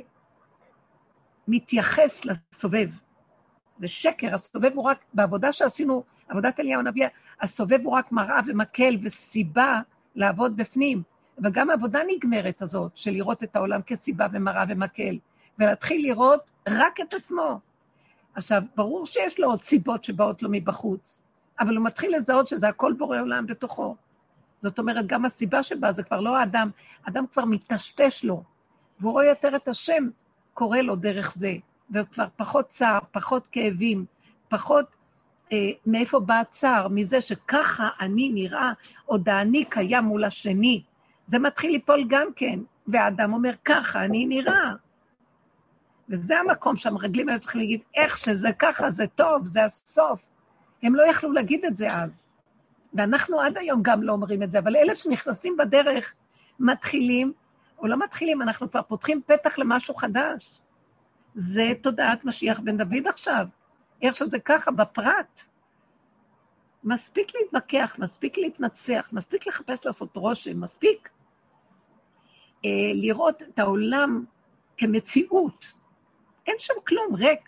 מתייחס לסובב. זה שקר, הסובב הוא רק, בעבודה שעשינו, עבודת אליהו הנביא, הסובב הוא רק מראה ומקל וסיבה לעבוד בפנים. אבל גם העבודה נגמרת הזאת, של לראות את העולם כסיבה ומראה ומקל, ולהתחיל לראות רק את עצמו. עכשיו, ברור שיש לו עוד סיבות שבאות לו מבחוץ, אבל הוא מתחיל לזהות שזה הכל בורא עולם בתוכו. זאת אומרת, גם הסיבה שבה זה כבר לא האדם, האדם כבר מתשתש לו, והוא רואה יותר את השם, קורא לו דרך זה, וכבר פחות צער, פחות כאבים, פחות אה, מאיפה בא הצער, מזה שככה אני נראה, עוד אני קיים מול השני, זה מתחיל ליפול גם כן, והאדם אומר, ככה אני נראה. וזה המקום שהמרגלים היו צריכים להגיד, איך שזה ככה, זה טוב, זה הסוף. הם לא יכלו להגיד את זה אז. ואנחנו עד היום גם לא אומרים את זה, אבל אלה שנכנסים בדרך, מתחילים, או לא מתחילים, אנחנו כבר פותחים פתח למשהו חדש. זה תודעת משיח בן דוד עכשיו. איך שזה ככה, בפרט. מספיק להתווכח, מספיק להתנצח, מספיק לחפש לעשות רושם, מספיק אה, לראות את העולם כמציאות. אין שם כלום, ריק.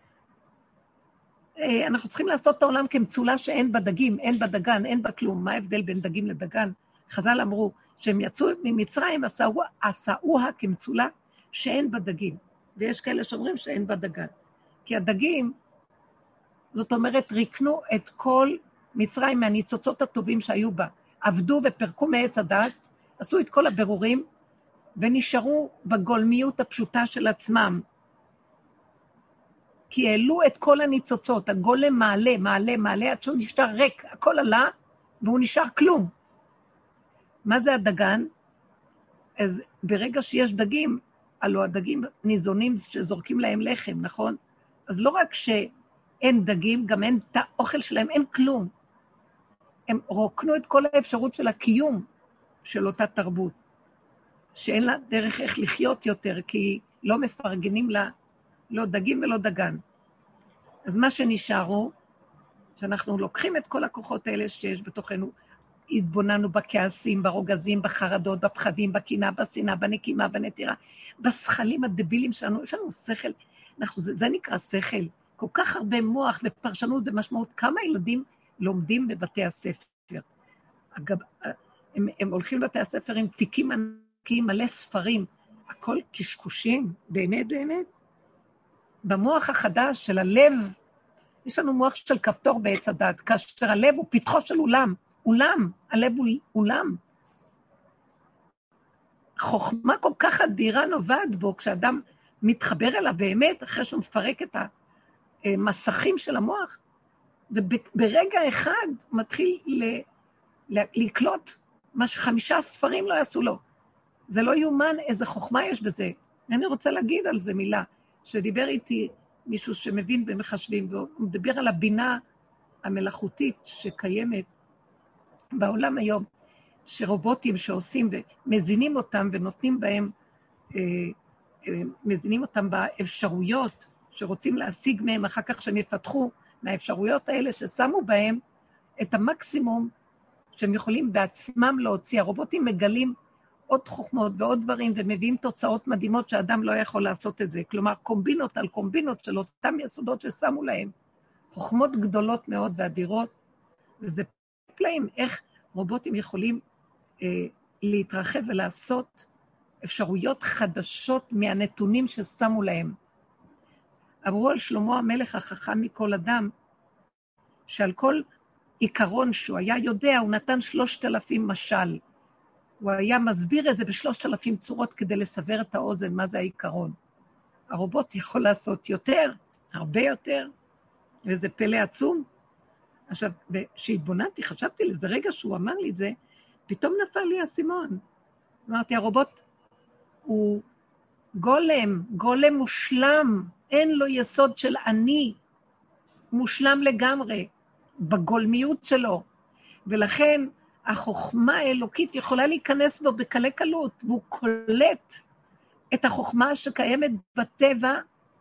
אה, אנחנו צריכים לעשות את העולם כמצולה שאין בה דגים, אין בה דגן, אין בה כלום. מה ההבדל בין דגים לדגן? חז"ל אמרו שהם יצאו ממצרים, עשאוה כמצולה שאין בה דגים. ויש כאלה שאומרים שאין בה דגן. כי הדגים, זאת אומרת, ריקנו את כל מצרים מהניצוצות הטובים שהיו בה. עבדו ופרקו מעץ הדת, עשו את כל הבירורים, ונשארו בגולמיות הפשוטה של עצמם. כי העלו את כל הניצוצות, הגולם מעלה, מעלה, מעלה, עד שהוא נשאר ריק, הכל עלה, והוא נשאר כלום. מה זה הדגן? אז ברגע שיש דגים, הלוא הדגים ניזונים שזורקים להם לחם, נכון? אז לא רק שאין דגים, גם אין את האוכל שלהם, אין כלום. הם רוקנו את כל האפשרות של הקיום של אותה תרבות, שאין לה דרך איך לחיות יותר, כי לא מפרגנים לה, לא דגים ולא דגן. אז מה שנשארו, שאנחנו לוקחים את כל הכוחות האלה שיש בתוכנו, התבוננו בכעסים, ברוגזים, בחרדות, בפחדים, בקינה, בשנאה, בנקימה, בנטירה, בשכלים הדבילים שלנו, יש לנו שכל, אנחנו, זה, זה נקרא שכל, כל כך הרבה מוח ופרשנות ומשמעות, כמה ילדים לומדים בבתי הספר. אגב, הם, הם הולכים לבתי הספר עם תיקים ענקיים, מלא ספרים, הכל קשקושים, באמת באמת. במוח החדש של הלב, יש לנו מוח של כפתור בעץ הדת, כאשר הלב הוא פתחו של אולם, אולם, הלב הוא אולם. חוכמה כל כך אדירה נובעת בו, כשאדם מתחבר אליו באמת, אחרי שהוא מפרק את המסכים של המוח, וברגע אחד הוא מתחיל ל... לקלוט מה שחמישה ספרים לא יעשו לו. זה לא יומן איזה חוכמה יש בזה. אני רוצה להגיד על זה מילה, שדיבר איתי מישהו שמבין במחשבים, והוא מדבר על הבינה המלאכותית שקיימת בעולם היום, שרובוטים שעושים ומזינים אותם ונותנים בהם, מזינים אותם באפשרויות שרוצים להשיג מהם אחר כך שהם יפתחו מהאפשרויות האלה ששמו בהם את המקסימום שהם יכולים בעצמם להוציא. הרובוטים מגלים עוד חוכמות ועוד דברים ומביאים תוצאות מדהימות שאדם לא יכול לעשות את זה. כלומר, קומבינות על קומבינות של אותם יסודות ששמו להם. חוכמות גדולות מאוד ואדירות, וזה פלאים, איך רובוטים יכולים אה, להתרחב ולעשות אפשרויות חדשות מהנתונים ששמו להם. אמרו על שלמה המלך החכם מכל אדם, שעל כל עיקרון שהוא היה יודע, הוא נתן שלושת אלפים משל. הוא היה מסביר את זה בשלושת אלפים צורות כדי לסבר את האוזן, מה זה העיקרון. הרובוט יכול לעשות יותר, הרבה יותר, וזה פלא עצום. עכשיו, כשהתבוננתי, חשבתי לזה, רגע שהוא אמר לי את זה, פתאום נפל לי הסימון. אמרתי, הרובוט הוא גולם, גולם מושלם, אין לו יסוד של אני, מושלם לגמרי, בגולמיות שלו, ולכן החוכמה האלוקית יכולה להיכנס בו בקלי קלות, והוא קולט את החוכמה שקיימת בטבע,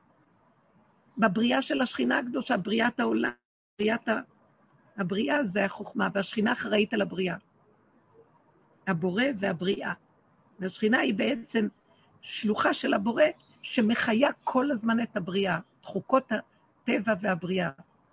בבריאה של השכינה הקדושה, בריאת העולם, בריאת ה... הבריאה זה החוכמה, והשכינה אחראית על הבריאה. הבורא והבריאה. והשכינה היא בעצם שלוחה של הבורא, שמחיה כל הזמן את הבריאה, חוקות הטבע והבריאה.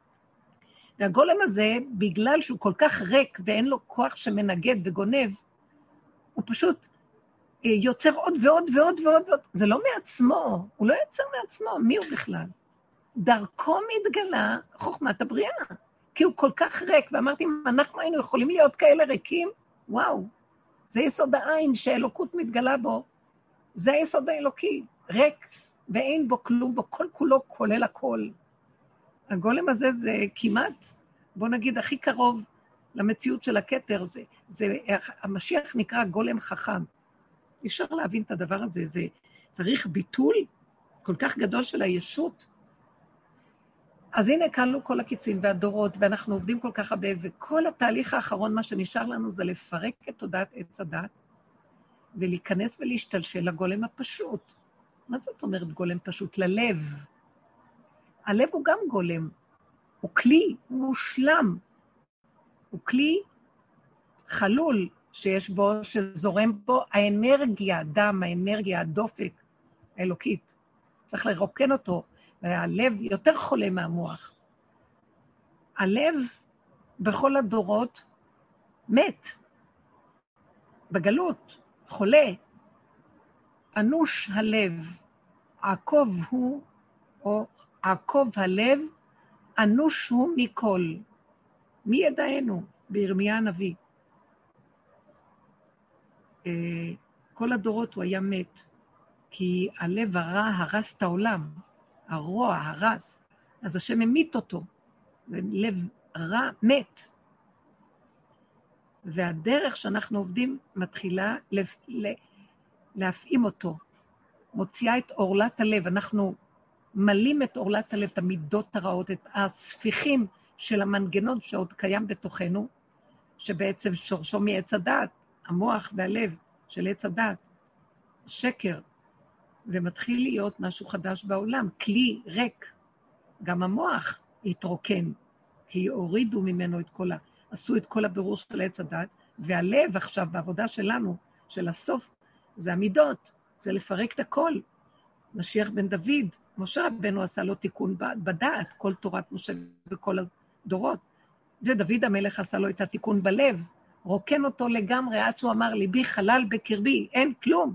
והגולם הזה, בגלל שהוא כל כך ריק ואין לו כוח שמנגד וגונב, הוא פשוט יוצר עוד ועוד ועוד ועוד ועוד. זה לא מעצמו, הוא לא יוצר מעצמו, מי הוא בכלל? דרכו מתגלה חוכמת הבריאה, כי הוא כל כך ריק, ואמרתי, אם אנחנו היינו יכולים להיות כאלה ריקים, וואו, זה יסוד העין שאלוקות מתגלה בו, זה היסוד האלוקי, ריק, ואין בו כלום, בו כל כולו כולל הכל. הגולם הזה זה כמעט, בוא נגיד, הכי קרוב למציאות של הכתר, זה, זה, המשיח נקרא גולם חכם. אפשר להבין את הדבר הזה, זה צריך ביטול כל כך גדול של הישות. אז הנה קלנו כל הקיצים והדורות, ואנחנו עובדים כל כך הרבה, וכל התהליך האחרון, מה שנשאר לנו, זה לפרק את תודעת עץ הדת, ולהיכנס ולהשתלשל לגולם הפשוט. מה זאת אומרת גולם פשוט? ללב. הלב הוא גם גולם, הוא כלי, הוא מושלם, הוא כלי חלול שיש בו, שזורם בו האנרגיה, דם, האנרגיה, הדופק, האלוקית. צריך לרוקן אותו, והלב יותר חולה מהמוח. הלב בכל הדורות מת, בגלות, חולה, אנוש הלב, עקוב הוא, או עקוב הלב, אנוש הוא מכל. מי ידענו? בירמיה הנביא. כל הדורות הוא היה מת, כי הלב הרע הרס את העולם, הרוע הרס, אז השם המית אותו, ולב רע מת. והדרך שאנחנו עובדים מתחילה להפעים אותו, מוציאה את אורלת הלב, אנחנו מלים את אורלת הלב, את המידות הרעות, את הספיחים של המנגנון שעוד קיים בתוכנו, שבעצם שורשו מעץ הדעת, המוח והלב של עץ הדעת, שקר, ומתחיל להיות משהו חדש בעולם, כלי ריק, גם המוח התרוקן, כי הורידו ממנו את כל ה... עשו את כל הבירור של עץ הדעת, והלב עכשיו בעבודה שלנו, של הסוף, זה המידות, זה לפרק את הכל. משיח בן דוד, משה רבנו עשה לו תיקון בדעת, כל תורת משה וכל הדורות, ודוד המלך עשה לו את התיקון בלב, רוקן אותו לגמרי, עד שהוא אמר, ליבי חלל בקרבי, אין כלום.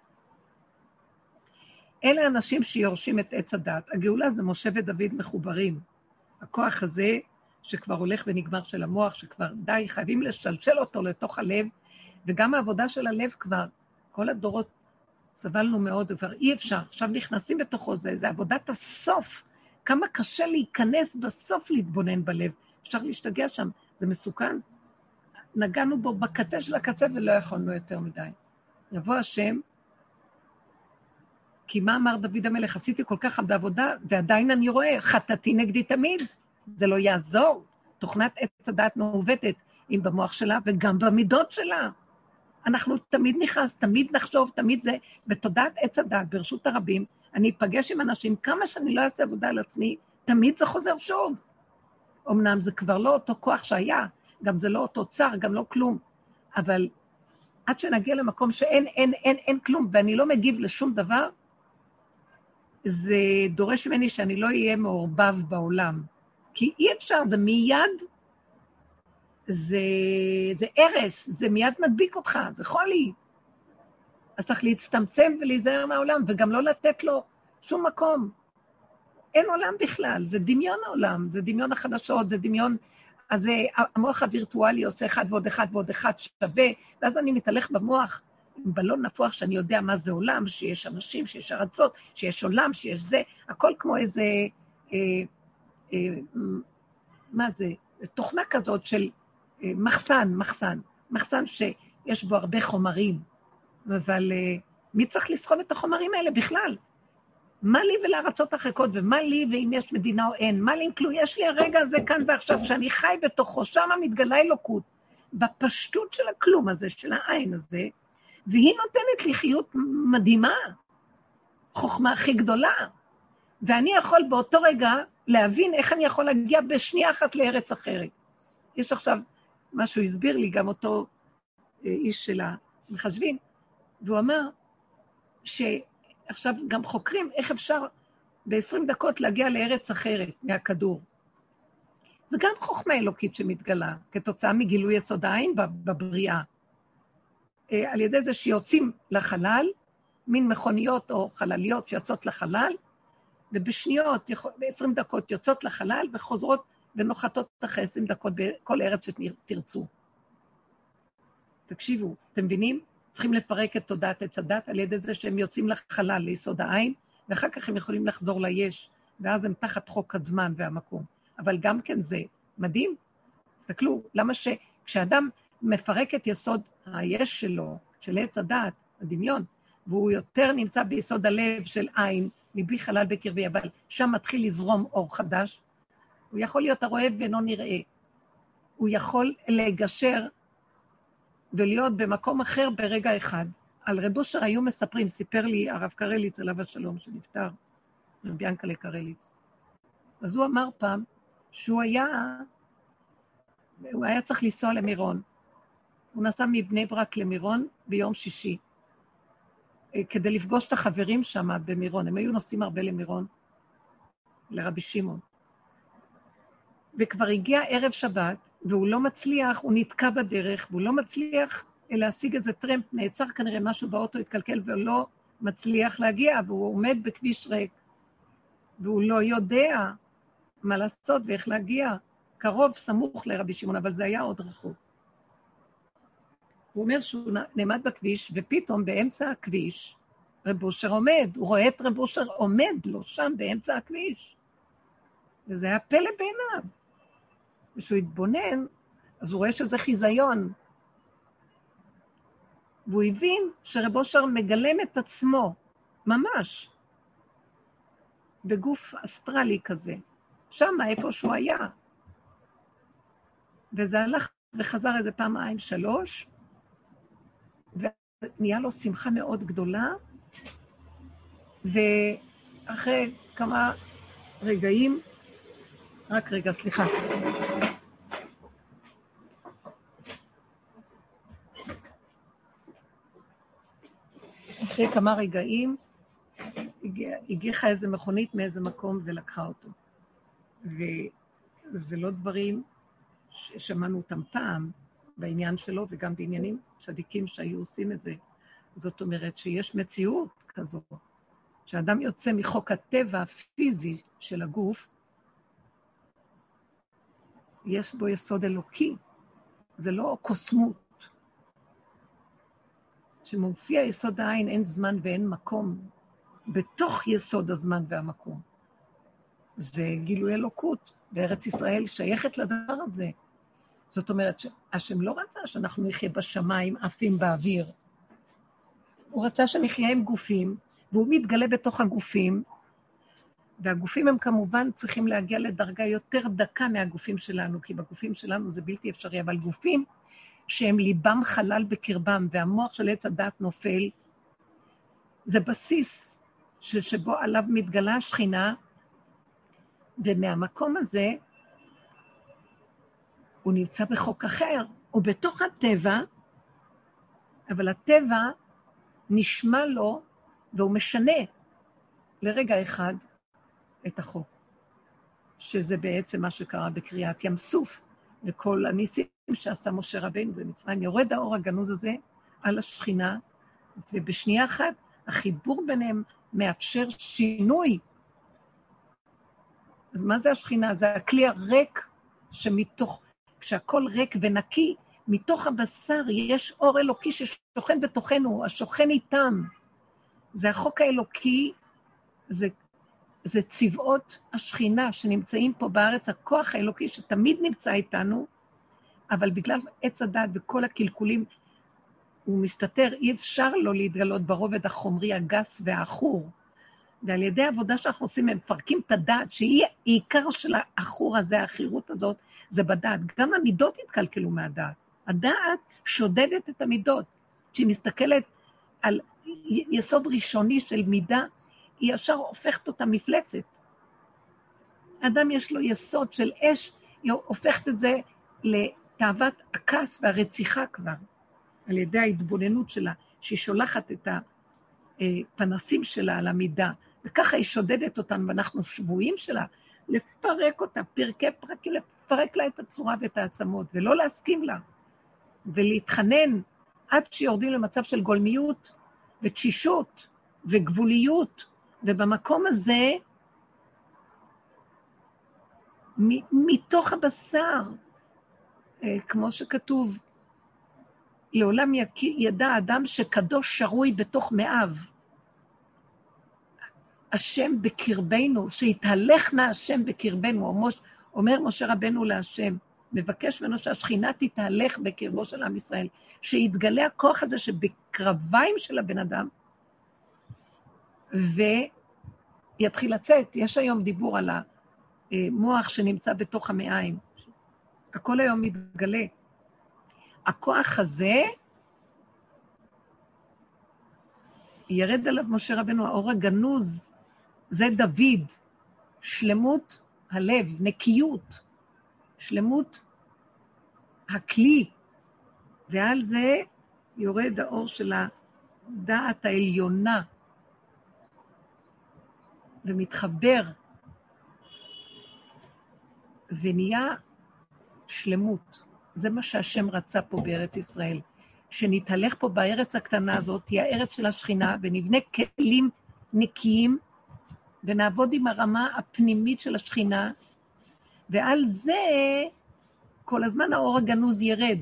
אלה אנשים שיורשים את עץ הדת. הגאולה זה משה ודוד מחוברים. הכוח הזה שכבר הולך ונגמר של המוח, שכבר די חייבים לשלשל אותו לתוך הלב, וגם העבודה של הלב כבר, כל הדורות סבלנו מאוד, כבר אי אפשר. עכשיו נכנסים בתוכו זה, זה עבודת הסוף. כמה קשה להיכנס בסוף להתבונן בלב. אפשר להשתגע שם, זה מסוכן. נגענו בו בקצה של הקצה ולא יכולנו יותר מדי. יבוא השם, כי מה אמר דוד המלך? עשיתי כל כך הרבה עבודה, ועדיין אני רואה, חטאתי נגדי תמיד. זה לא יעזור. תוכנת עץ הדעת מעוותת, אם במוח שלה וגם במידות שלה. אנחנו תמיד נכנס, תמיד נחשוב, תמיד זה, בתודעת עץ הדעת, ברשות הרבים, אני אפגש עם אנשים, כמה שאני לא אעשה עבודה על עצמי, תמיד זה חוזר שוב. אמנם זה כבר לא אותו כוח שהיה, גם זה לא אותו צר, גם לא כלום. אבל עד שנגיע למקום שאין, אין, אין, אין כלום, ואני לא מגיב לשום דבר, זה דורש ממני שאני לא אהיה מעורבב בעולם. כי אי אפשר, זה מיד זה, זה ערס, זה מיד מדביק אותך, זה חולי. אז צריך להצטמצם ולהיזהר מהעולם, וגם לא לתת לו שום מקום. אין עולם בכלל, זה דמיון העולם, זה דמיון החדשות, זה דמיון, אז המוח הווירטואלי עושה אחד ועוד אחד ועוד אחד שווה, ואז אני מתהלך במוח עם בלון נפוח שאני יודע מה זה עולם, שיש אנשים, שיש ארצות, שיש עולם, שיש זה, הכל כמו איזה, אה, אה, מה זה, תוכנה כזאת של אה, מחסן, מחסן, מחסן שיש בו הרבה חומרים, אבל אה, מי צריך לסחוב את החומרים האלה בכלל? מה לי ולארצות החרקות, ומה לי ואם יש מדינה או אין, מה לי אם כלום, יש לי הרגע הזה כאן ועכשיו, שאני חי בתוכו, שם מתגלה אלוקות, בפשטות של הכלום הזה, של העין הזה, והיא נותנת לי חיות מדהימה, חוכמה הכי גדולה, ואני יכול באותו רגע להבין איך אני יכול להגיע בשנייה אחת לארץ אחרת. יש עכשיו, משהו הסביר לי, גם אותו איש של המחשבים, והוא אמר שעכשיו גם חוקרים איך אפשר ב-עשרים דקות להגיע לארץ אחרת מהכדור. זה גם חוכמה אלוקית שמתגלה, כתוצאה מגילוי יסוד העין בבריאה. על ידי זה שיוצאים לחלל, מין מכוניות או חלליות שיוצאות לחלל, ובשניות, ב-עשרים דקות יוצאות לחלל, וחוזרות ונוחתות אחרי עשרים דקות בכל ארץ שתרצו. תקשיבו, אתם מבינים? צריכים לפרק את תודעת עץ הדת על ידי זה שהם יוצאים לחלל, ליסוד העין, ואחר כך הם יכולים לחזור ליש, ואז הם תחת חוק הזמן והמקום. אבל גם כן זה מדהים. תסתכלו, למה שכשאדם מפרק את יסוד היש שלו, של עץ הדת, הדמיון, והוא יותר נמצא ביסוד הלב של עין, מבי חלל בקרבי, אבל שם מתחיל לזרום אור חדש, הוא יכול להיות הרואה ואינו נראה. הוא יכול לגשר ולהיות במקום אחר ברגע אחד. על רב אושר היו מספרים, סיפר לי הרב קרליץ, עליו השלום שנפטר, רב ינקלה קרליץ. אז הוא אמר פעם שהוא היה, הוא היה צריך לנסוע למירון. הוא נסע מבני ברק למירון ביום שישי, כדי לפגוש את החברים שם במירון. הם היו נוסעים הרבה למירון, לרבי שמעון. וכבר הגיע ערב שבת, והוא לא מצליח, הוא נתקע בדרך, והוא לא מצליח להשיג איזה טרמפ, נעצר כנראה משהו באוטו, התקלקל, והוא לא מצליח להגיע, והוא עומד בכביש ריק, והוא לא יודע מה לעשות ואיך להגיע, קרוב, סמוך לרבי שמעון, אבל זה היה עוד רחוק. הוא אומר שהוא נעמד בכביש, ופתאום באמצע הכביש, רב אושר עומד, הוא רואה את רב אושר עומד לו שם באמצע הכביש, וזה היה פלא בעיניו. כשהוא התבונן, אז הוא רואה שזה חיזיון. והוא הבין שרב אושר מגלם את עצמו, ממש, בגוף אסטרלי כזה, שם איפה שהוא היה. וזה הלך וחזר איזה פעמיים שלוש, ונהיה לו שמחה מאוד גדולה, ואחרי כמה רגעים, רק רגע, סליחה. אחרי כמה רגעים, הגיחה איזה מכונית מאיזה מקום ולקחה אותו. וזה לא דברים ששמענו אותם פעם בעניין שלו, וגם בעניינים צדיקים שהיו עושים את זה. זאת אומרת שיש מציאות כזו, שאדם יוצא מחוק הטבע הפיזי של הגוף, יש בו יסוד אלוקי, זה לא קוסמות. שמופיע יסוד העין, אין זמן ואין מקום, בתוך יסוד הזמן והמקום. זה גילוי אלוקות, בארץ ישראל שייכת לדבר הזה. זאת אומרת, השם לא רצה שאנחנו נחיה בשמיים, עפים באוויר. הוא רצה שנחיה עם גופים, והוא מתגלה בתוך הגופים, והגופים הם כמובן צריכים להגיע לדרגה יותר דקה מהגופים שלנו, כי בגופים שלנו זה בלתי אפשרי, אבל גופים שהם ליבם חלל בקרבם, והמוח של עץ הדת נופל, זה בסיס שבו עליו מתגלה השכינה, ומהמקום הזה הוא נמצא בחוק אחר, הוא בתוך הטבע, אבל הטבע נשמע לו, והוא משנה לרגע אחד את החוק, שזה בעצם מה שקרה בקריאת ים סוף, וכל הניסים שעשה משה רבינו במצרים, יורד האור הגנוז הזה על השכינה, ובשנייה אחת החיבור ביניהם מאפשר שינוי. אז מה זה השכינה? זה הכלי הריק שמתוך, כשהכל ריק ונקי, מתוך הבשר יש אור אלוקי ששוכן בתוכנו, השוכן איתם. זה החוק האלוקי, זה, זה צבאות השכינה שנמצאים פה בארץ, הכוח האלוקי שתמיד נמצא איתנו, אבל בגלל עץ הדת וכל הקלקולים, הוא מסתתר, אי אפשר לו להתגלות ברובד החומרי הגס והאחור. ועל ידי העבודה שאנחנו עושים, הם מפרקים את הדעת, שהיא העיקר של האחור הזה, האחירות הזאת, זה בדעת. גם המידות התקלקלו מהדעת. הדעת שודדת את המידות. כשהיא מסתכלת על יסוד ראשוני של מידה, היא ישר הופכת אותה מפלצת. האדם יש לו יסוד של אש, היא הופכת את זה לתאוות הכעס והרציחה כבר, על ידי ההתבוננות שלה, שהיא שולחת את הפנסים שלה על המידה, וככה היא שודדת אותנו, ואנחנו שבועים שלה, לפרק אותה, פרקי פרקים, לפרק לה את הצורה ואת העצמות, ולא להסכים לה, ולהתחנן עד שיורדים למצב של גולמיות, ותשישות, וגבוליות, ובמקום הזה, מתוך הבשר, כמו שכתוב, לעולם ידע אדם שקדוש שרוי בתוך מאב. השם בקרבנו, שיתהלכנה השם בקרבנו, אומר משה רבנו להשם, מבקש ממנו שהשכינה תתהלך בקרבו של עם ישראל, שיתגלה הכוח הזה שבקרביים של הבן אדם, ויתחיל לצאת. יש היום דיבור על המוח שנמצא בתוך המעיים. הכל היום מתגלה. הכוח הזה, ירד עליו משה רבנו, האור הגנוז, זה דוד, שלמות הלב, נקיות, שלמות הכלי, ועל זה יורד האור של הדעת העליונה, ומתחבר, ונהיה שלמות. זה מה שהשם רצה פה בארץ ישראל, שנתהלך פה בארץ הקטנה הזאת, היא הארץ של השכינה, ונבנה כלים נקיים, ונעבוד עם הרמה הפנימית של השכינה, ועל זה כל הזמן האור הגנוז ירד.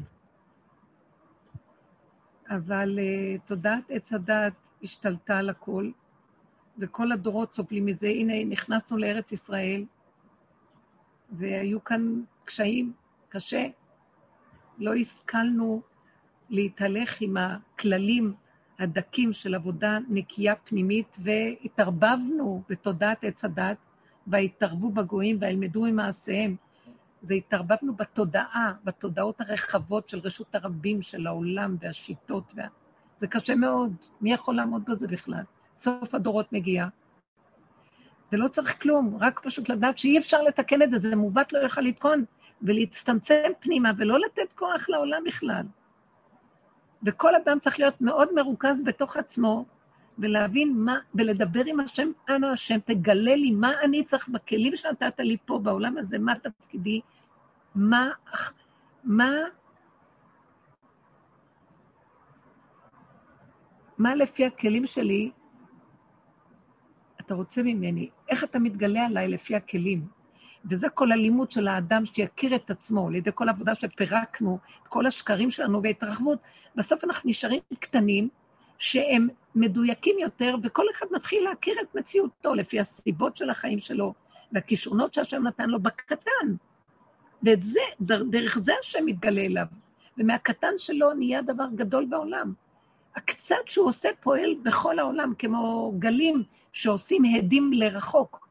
אבל uh, תודעת עץ הדת השתלטה על הכל, וכל הדורות סובלים מזה. הנה, נכנסנו לארץ ישראל, והיו כאן קשיים, קשה. לא השכלנו להתהלך עם הכללים הדקים של עבודה נקייה פנימית, והתערבבנו בתודעת עץ הדת, והתערבו בגויים והלמדו ממעשיהם. זה התערבבנו בתודעה, בתודעות הרחבות של רשות הרבים של העולם והשיטות. וה... זה קשה מאוד. מי יכול לעמוד בזה בכלל? סוף הדורות מגיע. ולא צריך כלום, רק פשוט לדעת שאי אפשר לתקן את זה, זה מובט לא יוכל לתקון, ולהצטמצם פנימה, ולא לתת כוח לעולם בכלל. וכל אדם צריך להיות מאוד מרוכז בתוך עצמו, ולהבין מה, ולדבר עם השם, אנו השם, תגלה לי מה אני צריך בכלים שנתת לי פה בעולם הזה, מה תפקידי, מה, מה, מה לפי הכלים שלי, אתה רוצה ממני, איך אתה מתגלה עליי לפי הכלים, וזה כל הלימוד של האדם שיכיר את עצמו, לידי כל עבודה שפרקנו, את כל השקרים שלנו והתרחבות, בסוף אנחנו נשארים קטנים, שהם מדויקים יותר, וכל אחד מתחיל להכיר את מציאותו, לפי הסיבות של החיים שלו, והכישרונות שהשם נתן לו בקטן. ואת זה, דרך זה השם מתגלה אליו, ומהקטן שלו נהיה דבר גדול בעולם. הקצת שהוא עושה פועל בכל העולם, כמו גלים שעושים הדים לרחוק.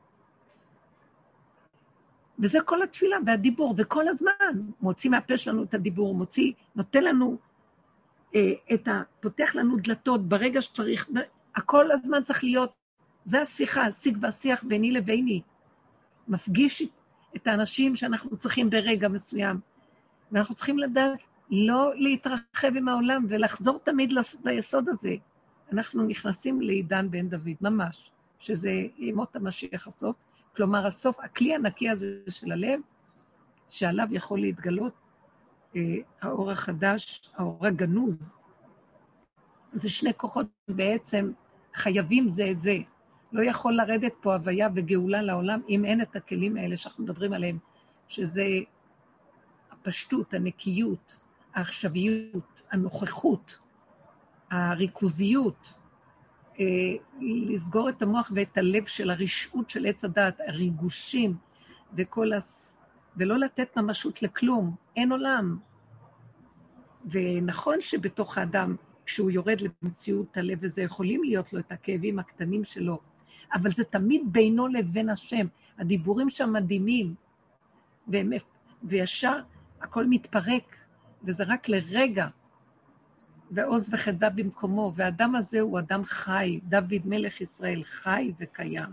וזה כל התפילה והדיבור, וכל הזמן מוציא מהפה שלנו את הדיבור, מוציא, נותן לנו אה, את ה... פותח לנו דלתות ברגע שצריך, הכל הזמן צריך להיות, זה השיחה, השיג והשיח ביני לביני, מפגיש את האנשים שאנחנו צריכים ברגע מסוים, ואנחנו צריכים לדעת לא להתרחב עם העולם, ולחזור תמיד ליסוד הזה. אנחנו נכנסים לעידן בן דוד, ממש, שזה ימות המשיח הסוף, כלומר, הסוף, הכלי הנקי הזה של הלב, שעליו יכול להתגלות האור החדש, האור הגנוז. זה שני כוחות בעצם חייבים זה את זה. לא יכול לרדת פה הוויה וגאולה לעולם אם אין את הכלים האלה שאנחנו מדברים עליהם, שזה הפשטות, הנקיות, העכשוויות, הנוכחות, הריכוזיות, לסגור את המוח ואת הלב של הרשעות של עץ הדעת, הריגושים וכל הס... ולא לתת ממשות לכלום, אין עולם. ונכון שבתוך האדם, כשהוא יורד למציאות הלב וזה, יכולים להיות לו את הכאבים הקטנים שלו, אבל זה תמיד בינו לבין השם. הדיבורים שם מדהימים, והם... וישר הכל מתפרק, וזה רק לרגע, ועוז וחדה במקומו, והאדם הזה הוא אדם חי, דוד מלך ישראל חי וקיים.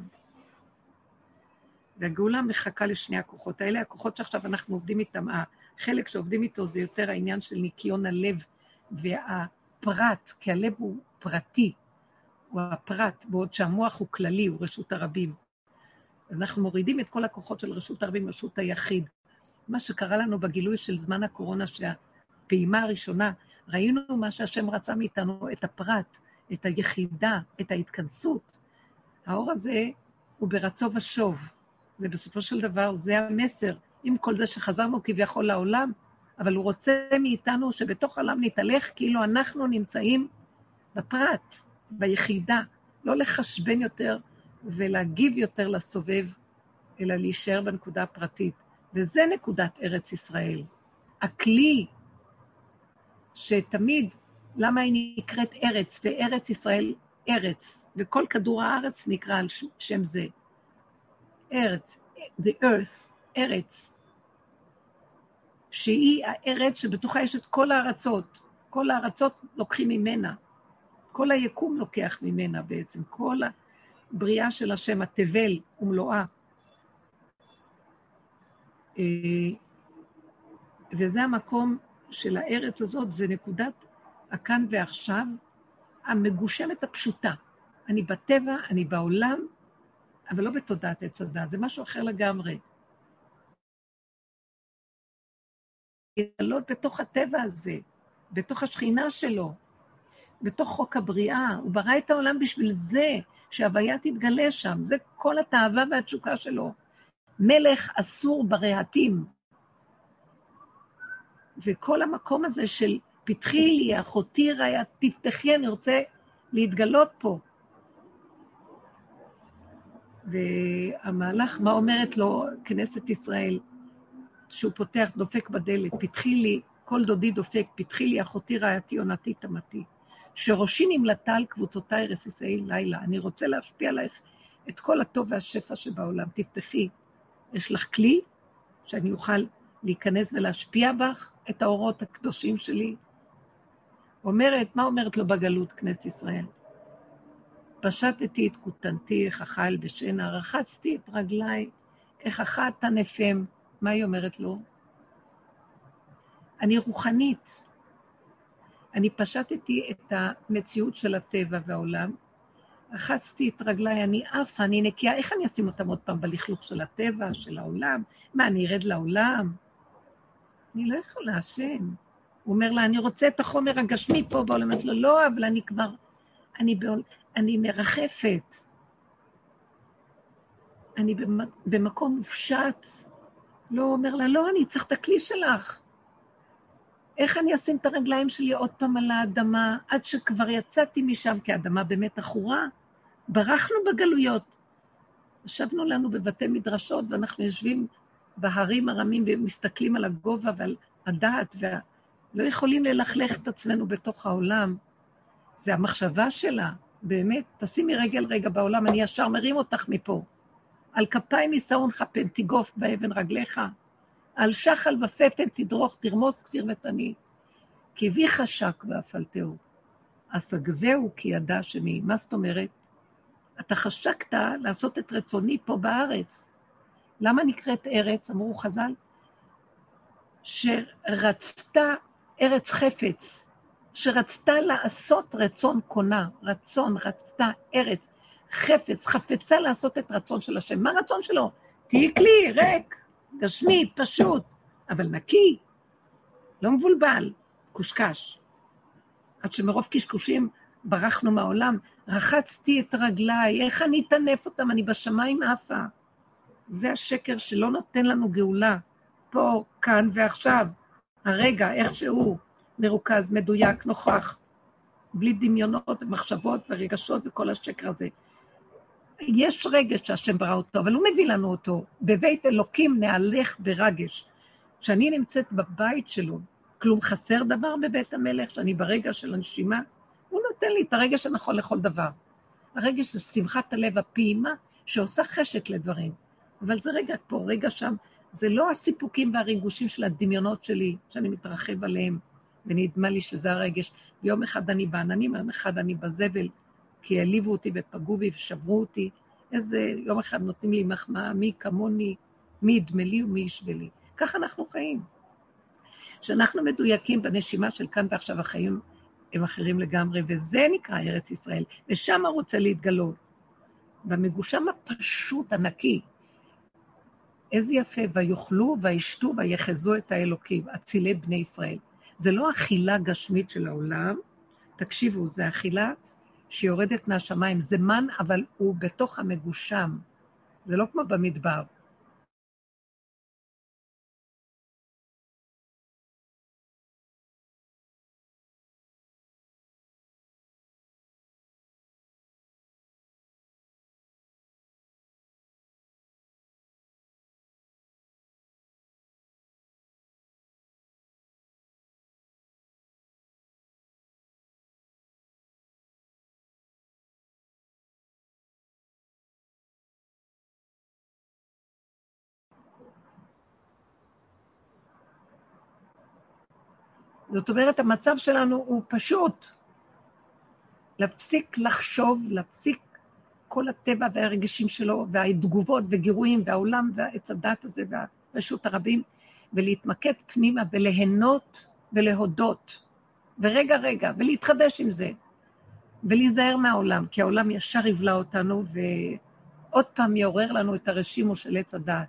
והגאולה מחכה לשני הכוחות האלה, הכוחות שעכשיו אנחנו עובדים איתם, החלק שעובדים איתו זה יותר העניין של ניקיון הלב והפרט, כי הלב הוא פרטי, הוא הפרט, בעוד שהמוח הוא כללי, הוא רשות הרבים. אנחנו מורידים את כל הכוחות של רשות הרבים, רשות היחיד. מה שקרה לנו בגילוי של זמן הקורונה, שהפעימה הראשונה, ראינו מה שהשם רצה מאיתנו, את הפרט, את היחידה, את ההתכנסות. האור הזה הוא ברצו ושוב, ובסופו של דבר זה המסר, עם כל זה שחזרנו כביכול לעולם, אבל הוא רוצה מאיתנו שבתוך העולם נתהלך, כאילו אנחנו נמצאים בפרט, ביחידה, לא לחשבן יותר ולהגיב יותר לסובב, אלא להישאר בנקודה הפרטית. וזה נקודת ארץ ישראל. הכלי שתמיד, למה היא נקראת ארץ, וארץ ישראל ארץ, וכל כדור הארץ נקרא על שם זה. ארץ, the earth, ארץ, שהיא הארץ שבתוכה יש את כל הארצות, כל הארצות לוקחים ממנה, כל היקום לוקח ממנה בעצם, כל הבריאה של השם, התבל ומלואה. וזה המקום של הארץ הזאת, זה נקודת הכאן ועכשיו, המגושמת הפשוטה. אני בטבע, אני בעולם, אבל לא בתודעת עץ הדת, זה משהו אחר לגמרי. להתגלות בתוך הטבע הזה, בתוך השכינה שלו, בתוך חוק הבריאה, הוא ברא את העולם בשביל זה, שההוויה תתגלה שם, זה כל התאווה והתשוקה שלו. מלך אסור ברהטים. וכל המקום הזה של פתחי לי, אחותי רעיה, תפתחי, אני רוצה להתגלות פה. והמהלך, מה אומרת לו כנסת ישראל, שהוא פותח, דופק בדלת, פתחי לי, כל דודי דופק, פתחי לי, אחותי רעייתי, עונתי תמתי, שראשי נמלטה על קבוצותיי רסיסי לילה, אני רוצה להשפיע עלייך את כל הטוב והשפע שבעולם, תפתחי, יש לך כלי שאני אוכל להיכנס ולהשפיע בך את האורות הקדושים שלי. אומרת, מה אומרת לו בגלות כנסת ישראל? פשטתי את כותנתי, איך אכל בשנה, רחצתי את רגליי, איך אחת הנפם. מה היא אומרת לו? אני רוחנית. אני פשטתי את המציאות של הטבע והעולם, רחצתי את רגליי, אני עפה, אני נקייה, איך אני אשים אותם עוד פעם בלכלוך של הטבע, של העולם? מה, אני ארד לעולם? אני לא יכולה, השם. הוא אומר לה, אני רוצה את החומר הגשמי פה בעולם. אמרת לו, לא, אבל אני כבר, אני, בעול, אני מרחפת. אני במקום מופשט. לא, הוא אומר לה, לא, אני צריך את הכלי שלך. איך אני אשים את הרגליים שלי עוד פעם על האדמה, עד שכבר יצאתי משם, כי האדמה באמת אחורה, ברחנו בגלויות. ישבנו לנו בבתי מדרשות, ואנחנו יושבים בהרים הרמים, ומסתכלים על הגובה ועל הדעת, ולא יכולים ללכלך את עצמנו בתוך העולם. זה המחשבה שלה, באמת, תשימי רגל רגע בעולם, אני ישר מרים אותך מפה. על כפיים יסעון חפן, תיגוף באבן רגליך, על שחל ופפן תדרוך, תרמוס כפיר ותני, כי בי חשק ואפלתהו, אסגבהו כי ידע שמי. מה זאת אומרת? אתה חשקת לעשות את רצוני פה בארץ. למה נקראת ארץ? אמרו חז"ל, שרצתה ארץ חפץ, שרצתה לעשות רצון קונה, רצון, רצתה ארץ, חפץ, חפצה לעשות את רצון של השם. מה רצון שלו? תהי כלי, ריק, גשמית, פשוט, אבל נקי. לא מבולבל, קושקש. עד שמרוב קשקושים ברחנו מהעולם, רחצתי את רגליי, איך אני אתנף אותם, אני בשמיים עפה. זה השקר שלא נותן לנו גאולה, פה, כאן ועכשיו. הרגע, איך שהוא, מרוכז, מדויק, נוכח, בלי דמיונות ומחשבות ורגשות וכל השקר הזה. יש רגש שהשם ברא אותו, אבל הוא מביא לנו אותו. בבית אלוקים נהלך ברגש. כשאני נמצאת בבית שלו, כלום חסר דבר בבית המלך, שאני ברגע של הנשימה, הוא נותן לי את הרגש הנכון לכל דבר. הרגש זה שמחת הלב, הפעימה, שעושה חשק לדברים. אבל זה רגע פה, רגע שם, זה לא הסיפוקים והריגושים של הדמיונות שלי, שאני מתרחב עליהם, ונדמה לי שזה הרגש. ויום אחד אני בעננים, יום אחד אני בזבל, כי העליבו אותי ופגעו בי ושברו אותי. איזה יום אחד נותנים לי מחמאה, מי כמוני, מי ידמה לי ומי ישווה לי. כך אנחנו חיים. שאנחנו מדויקים בנשימה של כאן ועכשיו החיים הם אחרים לגמרי, וזה נקרא ארץ ישראל, ושם רוצה להתגלות. במגושם הפשוט, הנקי, איזה יפה, ויוכלו וישתו ויחזו את האלוקים, אצילי בני ישראל. זה לא אכילה גשמית של העולם, תקשיבו, זה אכילה שיורדת מהשמיים, זה מן, אבל הוא בתוך המגושם, זה לא כמו במדבר. זאת אומרת, המצב שלנו הוא פשוט. להפסיק לחשוב, להפסיק כל הטבע והרגשים שלו, והתגובות וגירויים, והעולם והעץ הדת הזה, והרשות הרבים, ולהתמקד פנימה, וליהנות ולהודות. ורגע רגע, ולהתחדש עם זה. ולהיזהר מהעולם, כי העולם ישר יבלע אותנו, ועוד פעם יעורר לנו את הרשימו של עץ הדת.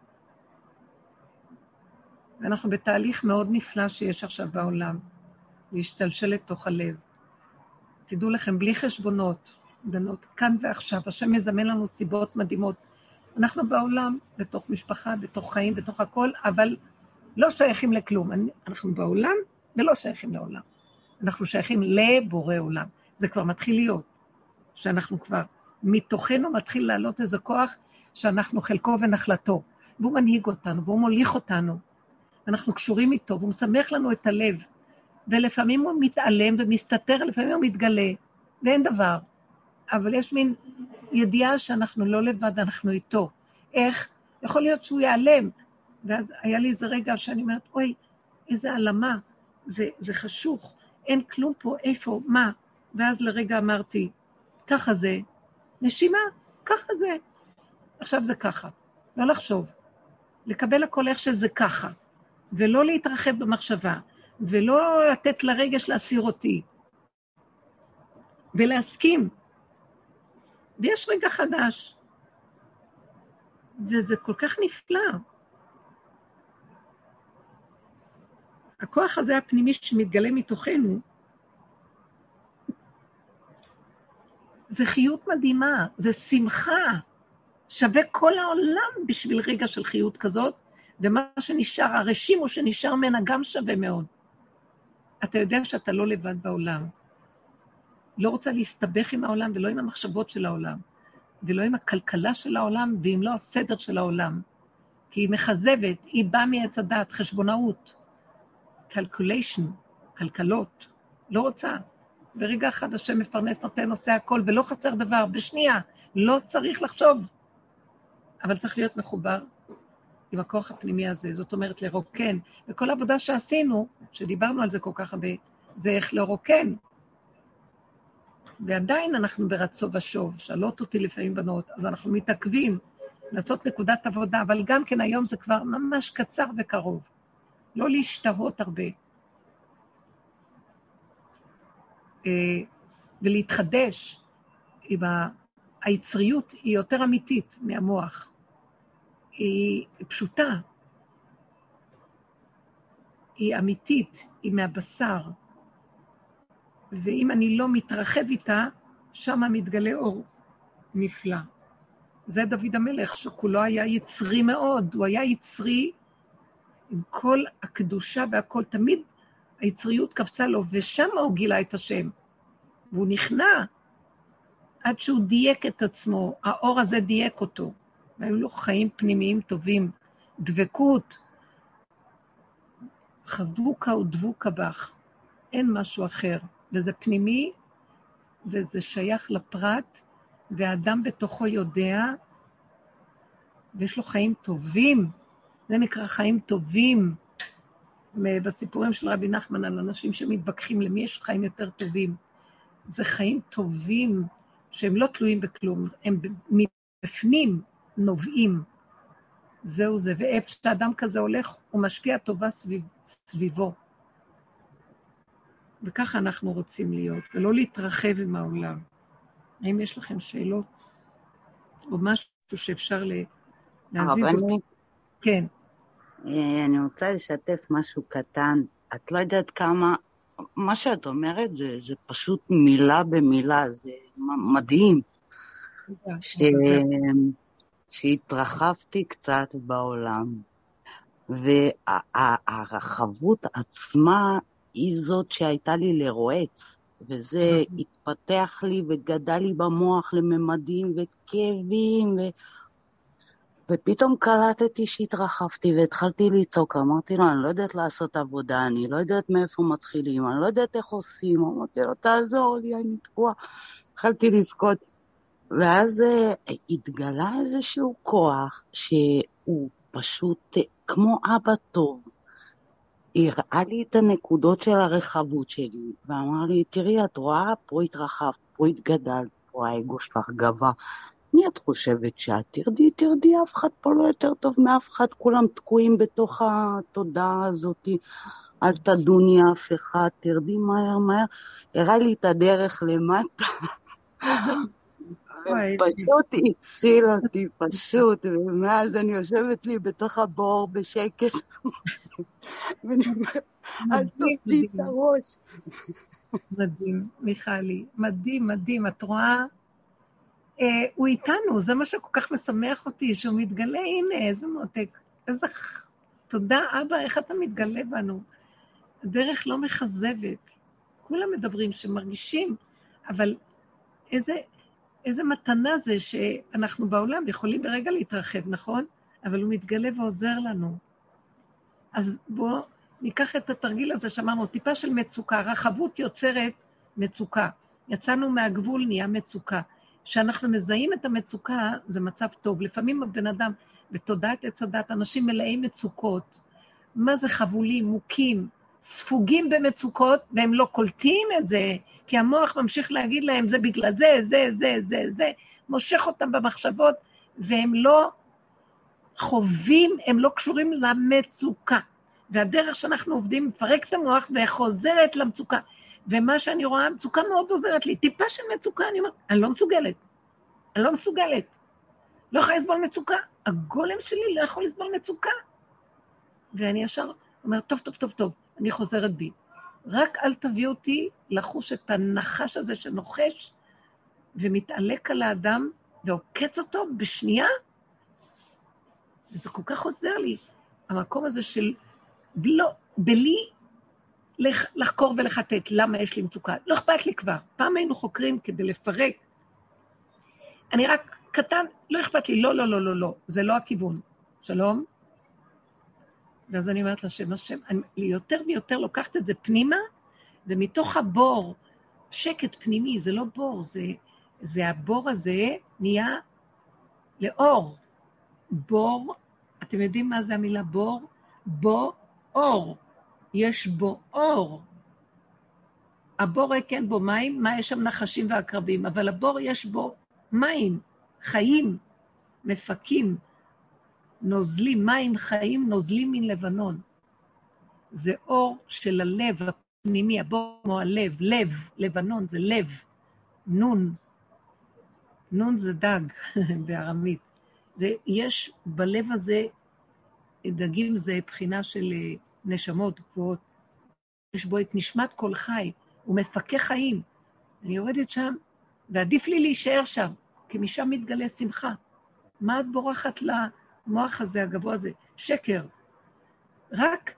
ואנחנו בתהליך מאוד נפלא שיש עכשיו בעולם, להשתלשל לתוך הלב. תדעו לכם, בלי חשבונות, בנות, כאן ועכשיו, השם מזמן לנו סיבות מדהימות. אנחנו בעולם, בתוך משפחה, בתוך חיים, בתוך הכל, אבל לא שייכים לכלום. אנחנו בעולם ולא שייכים לעולם. אנחנו שייכים לבורא עולם. זה כבר מתחיל להיות, שאנחנו כבר, מתוכנו מתחיל לעלות איזה כוח, שאנחנו חלקו ונחלתו, והוא מנהיג אותנו, והוא מוליך אותנו. אנחנו קשורים איתו, והוא משמח לנו את הלב, ולפעמים הוא מתעלם ומסתתר, לפעמים הוא מתגלה, ואין דבר. אבל יש מין ידיעה שאנחנו לא לבד, אנחנו איתו. איך? יכול להיות שהוא ייעלם. ואז היה לי איזה רגע שאני אומרת, אוי, איזה העלמה, זה, זה חשוך, אין כלום פה, איפה, מה? ואז לרגע אמרתי, ככה זה, נשימה, ככה זה. עכשיו זה ככה, לא לחשוב. לקבל הכל איך שזה ככה. ולא להתרחב במחשבה, ולא לתת לרגש להסיר אותי, ולהסכים. ויש רגע חדש, וזה כל כך נפלא. הכוח הזה הפנימי שמתגלה מתוכנו, זה חיות מדהימה, זה שמחה, שווה כל העולם בשביל רגע של חיות כזאת, ומה שנשאר, הרשימו שנשאר ממנה גם שווה מאוד. אתה יודע שאתה לא לבד בעולם. לא רוצה להסתבך עם העולם, ולא עם המחשבות של העולם, ולא עם הכלכלה של העולם, ואם לא הסדר של העולם. כי היא מחזבת, היא באה מעץ הדת, חשבונאות, calculation, כלכלות, לא רוצה. ברגע אחד השם מפרנס, נותן, עושה הכל, ולא חסר דבר, בשנייה, לא צריך לחשוב. אבל צריך להיות מחובר עם הכוח הפנימי הזה, זאת אומרת לרוקן, וכל העבודה שעשינו, שדיברנו על זה כל כך הרבה, זה איך לרוקן. ועדיין אנחנו ברצו ושוב, שאלות אותי לפעמים בנות, אז אנחנו מתעכבים לעשות נקודת עבודה, אבל גם כן היום זה כבר ממש קצר וקרוב. לא להשתהות הרבה. ולהתחדש, עם היצריות היא יותר אמיתית מהמוח. היא פשוטה. היא אמיתית, היא מהבשר. ואם אני לא מתרחב איתה, שם מתגלה אור נפלא. זה דוד המלך, שכולו היה יצרי מאוד, הוא היה יצרי עם כל הקדושה והכל, תמיד היצריות קפצה לו, ושם הוא גילה את השם. והוא נכנע עד שהוא דייק את עצמו, האור הזה דייק אותו. והיו לו חיים פנימיים טובים, דבקות, חבוקה ודבוקה בך, אין משהו אחר. וזה פנימי, וזה שייך לפרט, והאדם בתוכו יודע, ויש לו חיים טובים, זה נקרא חיים טובים. בסיפורים של רבי נחמן על אנשים שמתווכחים למי יש חיים יותר טובים, זה חיים טובים שהם לא תלויים בכלום, הם מבפנים נובעים, זהו זה, ואיפה שהאדם כזה הולך, הוא משפיע טובה סביב, סביבו. וככה אנחנו רוצים להיות, ולא להתרחב עם העולם. האם יש לכם שאלות? או משהו שאפשר להזיז אותי? כן. אני רוצה לשתף משהו קטן. את לא יודעת כמה, מה שאת אומרת זה, זה פשוט מילה במילה, זה מדהים. ש... שהתרחבתי קצת בעולם, והרחבות עצמה היא זאת שהייתה לי לרועץ, וזה התפתח לי וגדל לי במוח לממדים וכאבים, ו... ופתאום קלטתי שהתרחבתי והתחלתי לצעוק, אמרתי לו, אני לא יודעת לעשות עבודה, אני לא יודעת מאיפה מתחילים, אני לא יודעת איך עושים, אמרתי לו, תעזור לי, אני תקוע. התחלתי לבכות, ואז uh, התגלה איזשהו כוח שהוא פשוט uh, כמו אבא טוב, הראה לי את הנקודות של הרחבות שלי, ואמר לי, תראי, את רואה, פה התרחב, פה התגדל, פה האגו שלך גבה, מי את חושבת שאת? תרדי, תרדי, אף אחד פה לא יותר טוב מאף אחד, כולם תקועים בתוך התודעה הזאת, אל תדוני אף אחד, תרדי מהר מהר, הראה לי את הדרך למטה, פשוט הציל אותי, פשוט, ומאז אני יושבת לי בתוך הבור בשקט, ואני אומרת, אל תוציא את הראש. מדהים, מיכלי, מדהים, מדהים, את רואה? הוא איתנו, זה מה שכל כך משמח אותי, שהוא מתגלה, הנה, איזה מותק, איזה תודה, אבא, איך אתה מתגלה בנו? הדרך לא מחזבת, כולם מדברים שמרגישים, אבל איזה, איזה מתנה זה שאנחנו בעולם יכולים ברגע להתרחב, נכון? אבל הוא מתגלה ועוזר לנו. אז בואו ניקח את התרגיל הזה שאמרנו, טיפה של מצוקה, רחבות יוצרת מצוקה. יצאנו מהגבול, נהיה מצוקה. כשאנחנו מזהים את המצוקה, זה מצב טוב. לפעמים הבן אדם, בתודעת עץ הדת, אנשים מלאי מצוקות. מה זה חבולים, מוכים, ספוגים במצוקות, והם לא קולטים את זה, כי המוח ממשיך להגיד להם, זה בגלל זה, זה, זה, זה, זה, מושך אותם במחשבות, והם לא חווים, הם לא קשורים למצוקה. והדרך שאנחנו עובדים, מפרק את המוח וחוזרת למצוקה. ומה שאני רואה, המצוקה מאוד עוזרת לי. טיפה של מצוקה, אני אומרת, אני לא מסוגלת. אני לא מסוגלת. לא יכולה לסבול מצוקה. הגולם שלי לא יכול לסבול מצוקה. ואני ישר אומרת, טוב, טוב, טוב, טוב, אני חוזרת בי. רק אל תביא אותי לחוש את הנחש הזה שנוחש, ומתעלק על האדם, ועוקץ אותו בשנייה, וזה כל כך עוזר לי. המקום הזה של, בלא, בלי לחקור ולחטט, למה יש לי מצוקה? לא אכפת לי כבר. פעם היינו חוקרים כדי לפרק. אני רק קטן, לא אכפת לי, לא, לא, לא, לא, לא. זה לא הכיוון. שלום? ואז אני אומרת לשם, השם, אני יותר ויותר לוקחת את זה פנימה, ומתוך הבור, שקט פנימי, זה לא בור, זה, זה הבור הזה נהיה לאור. בור, אתם יודעים מה זה המילה בור? בו אור. יש בו אור. הבור כן בו מים, מה יש שם נחשים ועקרבים, אבל הבור יש בו מים, חיים, מפקים, נוזלים, מים חיים, נוזלים מן לבנון. זה אור של הלב הפנימי, הבור כמו הלב, לב, לבנון זה לב, נון, נון זה דג בארמית. זה, יש בלב הזה, דגים זה בחינה של נשמות גבוהות, יש בו את נשמת כל חי, הוא מפקח חיים. אני יורדת שם, ועדיף לי להישאר שם, כי משם מתגלה שמחה. מה את בורחת למוח הזה, הגבוה הזה? שקר. רק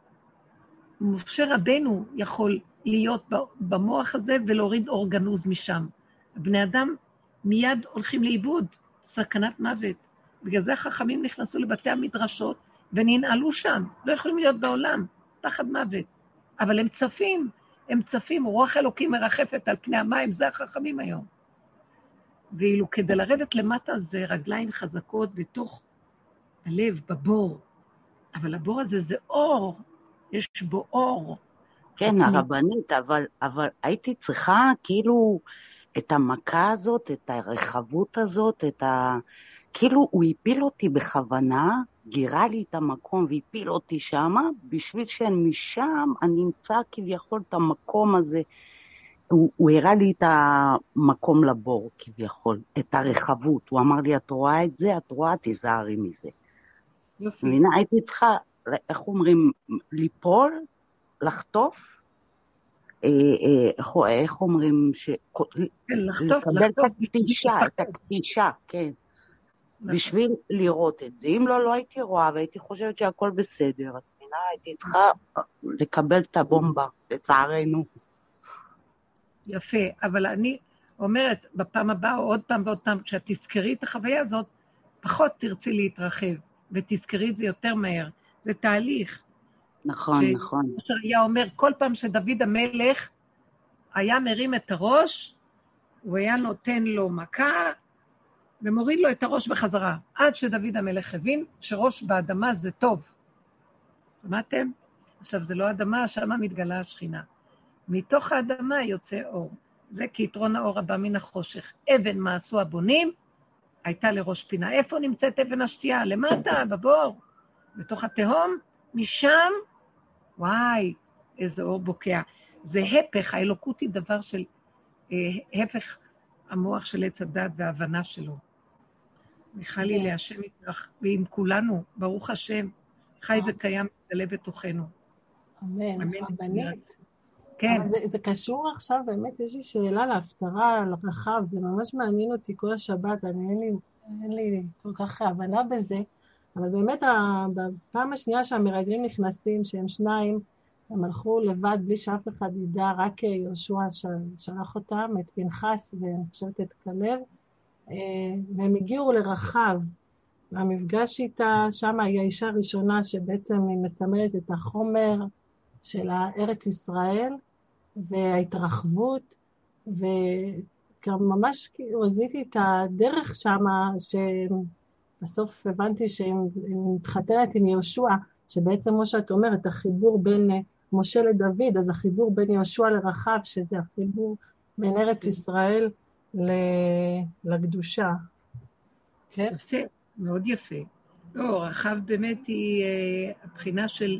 משה רבנו יכול להיות במוח הזה ולהוריד אורגנוז משם. הבני אדם מיד הולכים לאיבוד, סכנת מוות. בגלל זה החכמים נכנסו לבתי המדרשות וננעלו שם, לא יכולים להיות בעולם, פחד מוות. אבל הם צפים, הם צפים, רוח אלוקים מרחפת על פני המים, זה החכמים היום. ואילו כדי לרדת למטה זה רגליים חזקות בתוך הלב, בבור. אבל הבור הזה זה אור, יש בו אור. כן, הרבנית, אבל, אבל הייתי צריכה כאילו את המכה הזאת, את הרחבות הזאת, את ה... כאילו הוא הפיל אותי בכוונה, גירה לי את המקום והפיל אותי שמה, בשביל שמשם אני אמצא כביכול את המקום הזה. הוא, הוא הראה לי את המקום לבור כביכול, את הרחבות. הוא אמר לי, את רואה את זה, את רואה, תיזהרי מזה. יופי. מבינה, הייתי צריכה, איך אומרים, ליפול, לחטוף, אה, אה, איך, איך אומרים, ש... כן, לחטוף, לקבל לחטוף. את הקטישה, את הקטישה, כן. בשביל לראות את זה. אם לא, לא הייתי רואה, והייתי חושבת שהכל בסדר. את מבינה, הייתי צריכה לקבל את הבומבה, לצערנו. יפה, אבל אני אומרת, בפעם הבאה, או עוד פעם ועוד פעם, כשאת תזכרי את החוויה הזאת, פחות תרצי להתרחב, ותזכרי את זה יותר מהר. זה תהליך. נכון, ש... נכון. אשר היה אומר, כל פעם שדוד המלך היה מרים את הראש, הוא היה נותן לו מכה, ומוריד לו את הראש בחזרה, עד שדוד המלך הבין שראש באדמה זה טוב. שמעתם? עכשיו, זה לא אדמה, שמה מתגלה השכינה. מתוך האדמה יוצא אור. זה כיתרון האור הבא מן החושך. אבן מה עשו הבונים, הייתה לראש פינה. איפה נמצאת אבן השתייה? למטה, בבור. בתוך התהום, משם, וואי, איזה אור בוקע. זה הפך, האלוקות היא דבר של, אה, הפך המוח של עץ הדת וההבנה שלו. מיכל לי להשם יתברך, ועם כולנו, ברוך השם, חי וקיים, מתגלה בתוכנו. אמן, רבנית. כן. זה, זה קשור עכשיו, באמת, יש לי שאלה להפטרה, לרחב, זה ממש מעניין אותי כל השבת, אני אין לי, אין לי כל כך הבנה בזה, אבל באמת, בפעם השנייה שהמרגלים נכנסים, שהם שניים, הם הלכו לבד בלי שאף אחד ידע, רק יהושע שלח אותם, את פנחס ואני חושבת את כלב, והם הגיעו לרחב, והמפגש איתה, שם היא האישה הראשונה שבעצם היא מסמלת את החומר של ארץ ישראל, וההתרחבות, וגם ממש עזיתי את הדרך שם, שבסוף הבנתי שהיא מתחתנת עם יהושע, שבעצם כמו שאת אומרת, החיבור בין משה לדוד, אז החיבור בין יהושע לרחב, שזה החיבור בין ארץ ישראל לקדושה. כן? יפה, מאוד יפה. לא, רחב באמת היא הבחינה של,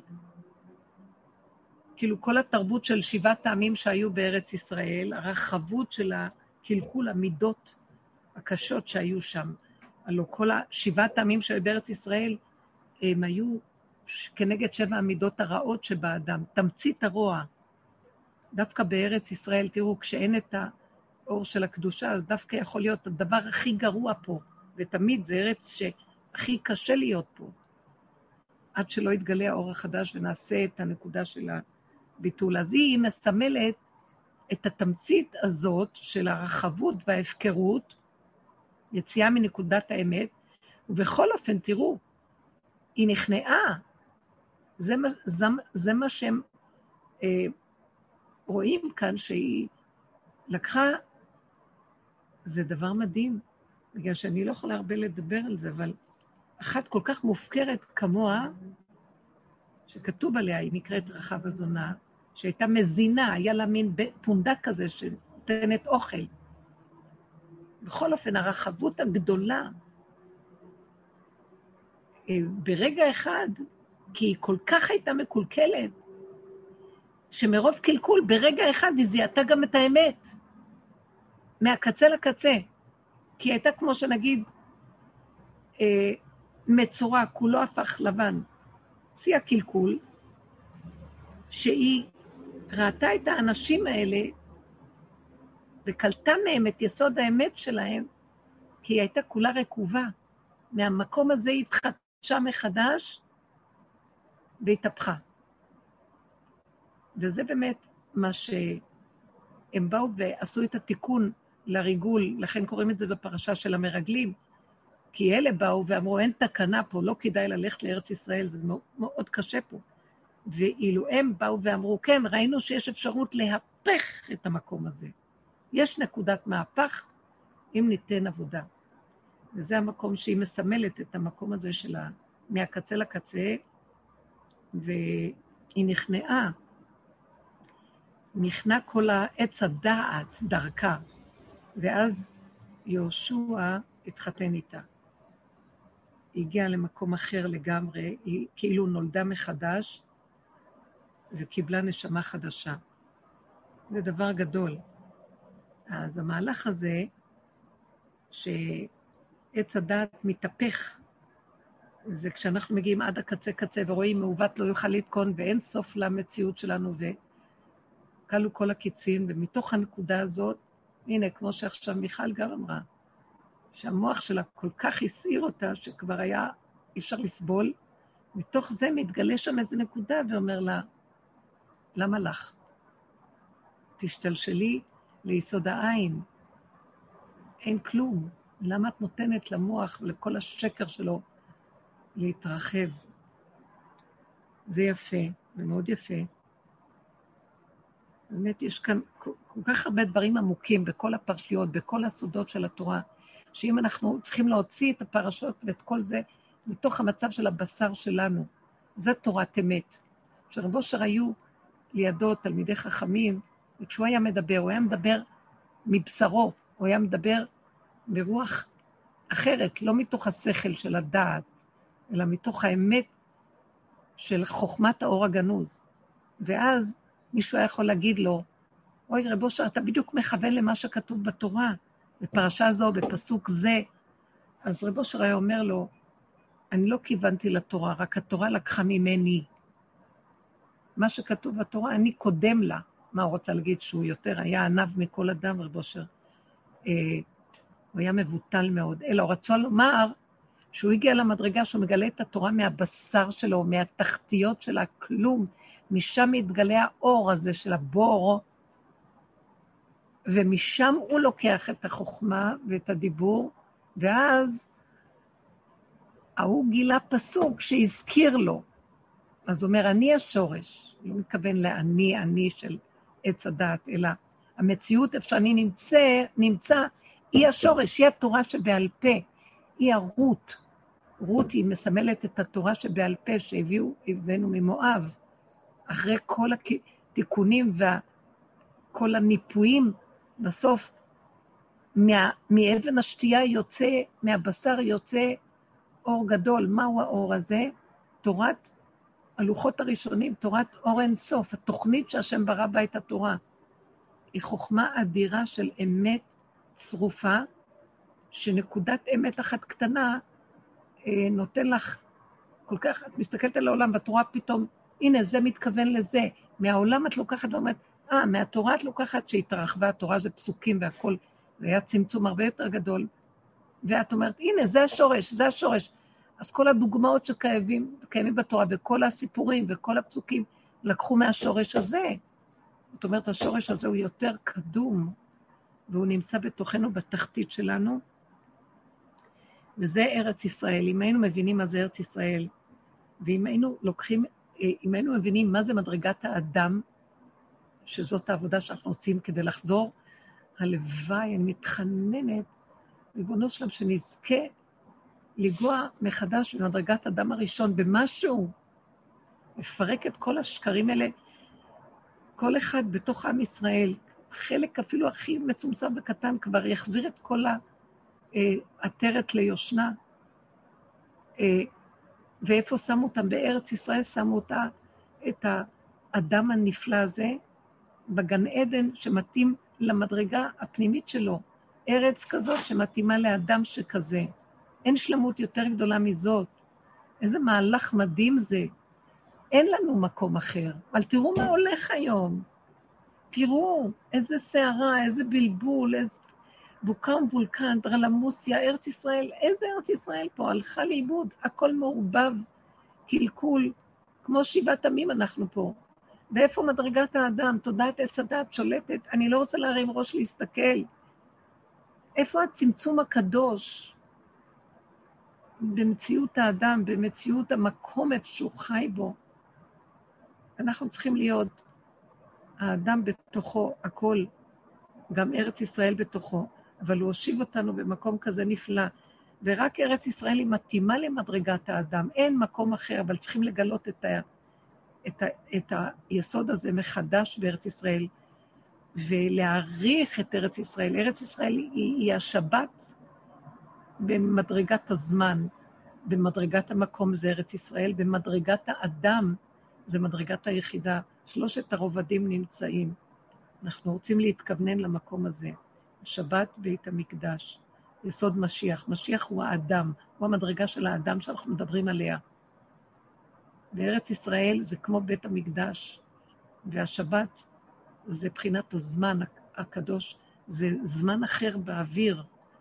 כאילו כל התרבות של שבעת העמים שהיו בארץ ישראל, הרחבות של הקלקול, המידות הקשות שהיו שם. הלוא כל השבעת העמים שהיו בארץ ישראל, הם היו כנגד שבע המידות הרעות שבאדם, תמצית הרוע. דווקא בארץ ישראל, תראו, כשאין את האור של הקדושה, אז דווקא יכול להיות הדבר הכי גרוע פה, ותמיד זה ארץ שהכי קשה להיות פה, עד שלא יתגלה האור החדש ונעשה את הנקודה של הביטול. אז היא מסמלת את התמצית הזאת של הרחבות וההפקרות, יציאה מנקודת האמת, ובכל אופן, תראו, היא נכנעה. זה מה, זה, זה מה שהם אה, רואים כאן, שהיא לקחה, זה דבר מדהים, בגלל שאני לא יכולה הרבה לדבר על זה, אבל אחת כל כך מופקרת כמוה, שכתוב עליה, היא נקראת רחב הזונה, שהייתה מזינה, היה לה מין פונדק כזה שנותנת אוכל. בכל אופן, הרחבות הגדולה, ברגע אחד, כי היא כל כך הייתה מקולקלת, שמרוב קלקול, ברגע אחד היא זיהתה גם את האמת, מהקצה לקצה, כי היא הייתה כמו שנגיד, מצורה, כולו הפך לבן, שיא הקלקול, שהיא ראתה את האנשים האלה וקלטה מהם את יסוד האמת שלהם, כי היא הייתה כולה רקובה. מהמקום הזה היא התחדשה מחדש והתהפכה. וזה באמת מה שהם באו ועשו את התיקון לריגול, לכן קוראים את זה בפרשה של המרגלים, כי אלה באו ואמרו, אין תקנה פה, לא כדאי ללכת לארץ ישראל, זה מאוד, מאוד קשה פה. ואילו הם באו ואמרו, כן, ראינו שיש אפשרות להפך את המקום הזה. יש נקודת מהפך אם ניתן עבודה. וזה המקום שהיא מסמלת את המקום הזה שלה, מהקצה לקצה, והיא נכנעה. נכנע כל העץ הדעת דרכה, ואז יהושע התחתן איתה. היא הגיעה למקום אחר לגמרי, היא כאילו נולדה מחדש, וקיבלה נשמה חדשה. זה דבר גדול. אז המהלך הזה, שעץ הדעת מתהפך, זה כשאנחנו מגיעים עד הקצה קצה, ורואים מעוות לא יוכל לתקון, ואין סוף למציאות שלנו, וקלו כל הקיצין, ומתוך הנקודה הזאת, הנה, כמו שעכשיו מיכל גם אמרה, שהמוח שלה כל כך הסעיר אותה, שכבר היה אפשר לסבול, מתוך זה מתגלה שם איזו נקודה, ואומר לה, למה לך? תשתלשלי ליסוד העין. אין כלום. למה את נותנת למוח ולכל השקר שלו להתרחב? זה יפה, זה מאוד יפה. באמת יש כאן כל, כל כך הרבה דברים עמוקים בכל הפרשיות, בכל הסודות של התורה, שאם אנחנו צריכים להוציא את הפרשות ואת כל זה מתוך המצב של הבשר שלנו, זה תורת אמת. שרבו שהיו לידו תלמידי חכמים, וכשהוא היה מדבר, הוא היה מדבר מבשרו, הוא היה מדבר ברוח אחרת, לא מתוך השכל של הדעת, אלא מתוך האמת של חוכמת האור הגנוז. ואז מישהו היה יכול להגיד לו, אוי רבו שר, אתה בדיוק מכוון למה שכתוב בתורה, בפרשה זו, בפסוק זה. אז רבו שר היה אומר לו, אני לא כיוונתי לתורה, רק התורה לקחה ממני. מה שכתוב בתורה, אני קודם לה. מה הוא רוצה להגיד? שהוא יותר היה ענב מכל אדם, רבו שר. אה, הוא היה מבוטל מאוד. אלא הוא רצה לומר, שהוא הגיע למדרגה שהוא מגלה את התורה מהבשר שלו, מהתחתיות של הכלום, משם מתגלה האור הזה של הבור, ומשם הוא לוקח את החוכמה ואת הדיבור, ואז הוא גילה פסוק שהזכיר לו. אז הוא אומר, אני השורש, לא מתכוון לאני, אני של עץ הדעת, אלא המציאות איפה שאני נמצא, נמצא, היא השורש, היא התורה שבעל פה, היא הרות. רות היא מסמלת את התורה שבעל פה שהביאו, הבאנו ממואב, אחרי כל התיקונים וכל הניפויים, בסוף מה, מאבן השתייה יוצא, מהבשר יוצא אור גדול. מהו האור הזה? תורת הלוחות הראשונים, תורת אור אין סוף, התוכנית שהשם ברא בה את התורה. היא חוכמה אדירה של אמת צרופה, שנקודת אמת אחת קטנה אה, נותן לך כל כך, את מסתכלת על העולם בתורה פתאום, הנה זה מתכוון לזה, מהעולם את לוקחת ואומרת, אה, מהתורה את לוקחת שהתרחבה, התורה זה פסוקים והכל, זה היה צמצום הרבה יותר גדול, ואת אומרת, הנה זה השורש, זה השורש. אז כל הדוגמאות שקיימים, קיימים בתורה, וכל הסיפורים וכל הפסוקים, לקחו מהשורש הזה. זאת אומרת, השורש הזה הוא יותר קדום, והוא נמצא בתוכנו, בתחתית שלנו, וזה ארץ ישראל. אם היינו מבינים מה זה ארץ ישראל, ואם היינו לוקחים, אם היינו מבינים מה זה מדרגת האדם, שזאת העבודה שאנחנו עושים כדי לחזור, הלוואי, אני מתחננת, ריבונו שלם, שנזכה לגוע מחדש במדרגת האדם הראשון, במשהו, לפרק את כל השקרים האלה, כל אחד בתוך עם ישראל, חלק אפילו הכי מצומצם וקטן, כבר יחזיר את כל העטרת ליושנה, ואיפה שמו אותם? בארץ ישראל שמו אותה, את האדם הנפלא הזה, בגן עדן שמתאים למדרגה הפנימית שלו, ארץ כזאת שמתאימה לאדם שכזה. אין שלמות יותר גדולה מזאת. איזה מהלך מדהים זה. אין לנו מקום אחר. אבל תראו מה הולך היום. תראו איזה שערה, איזה בלבול, איזה בוקה ומבולקן, דרלמוסיה, ארץ ישראל. איזה ארץ ישראל פה? הלכה לאיבוד. הכל מעורבב, קלקול. כמו שבעת עמים אנחנו פה. ואיפה מדרגת האדם? תודעת עץ הדת שולטת. אני לא רוצה להרים ראש להסתכל. איפה הצמצום הקדוש? במציאות האדם, במציאות המקום איפה שהוא חי בו. אנחנו צריכים להיות האדם בתוכו, הכל, גם ארץ ישראל בתוכו, אבל הוא הושיב אותנו במקום כזה נפלא, ורק ארץ ישראל היא מתאימה למדרגת האדם, אין מקום אחר, אבל צריכים לגלות את, ה, את, ה, את היסוד הזה מחדש בארץ ישראל, ולהעריך את ארץ ישראל. ארץ ישראל היא, היא השבת במדרגת הזמן, במדרגת המקום זה ארץ ישראל, במדרגת האדם זה מדרגת היחידה. שלושת הרובדים נמצאים. אנחנו רוצים להתכוונן למקום הזה. שבת בית המקדש, יסוד משיח. משיח הוא האדם, הוא המדרגה של האדם שאנחנו מדברים עליה. בארץ ישראל זה כמו בית המקדש, והשבת זה בחינת הזמן הקדוש, זה זמן אחר באוויר,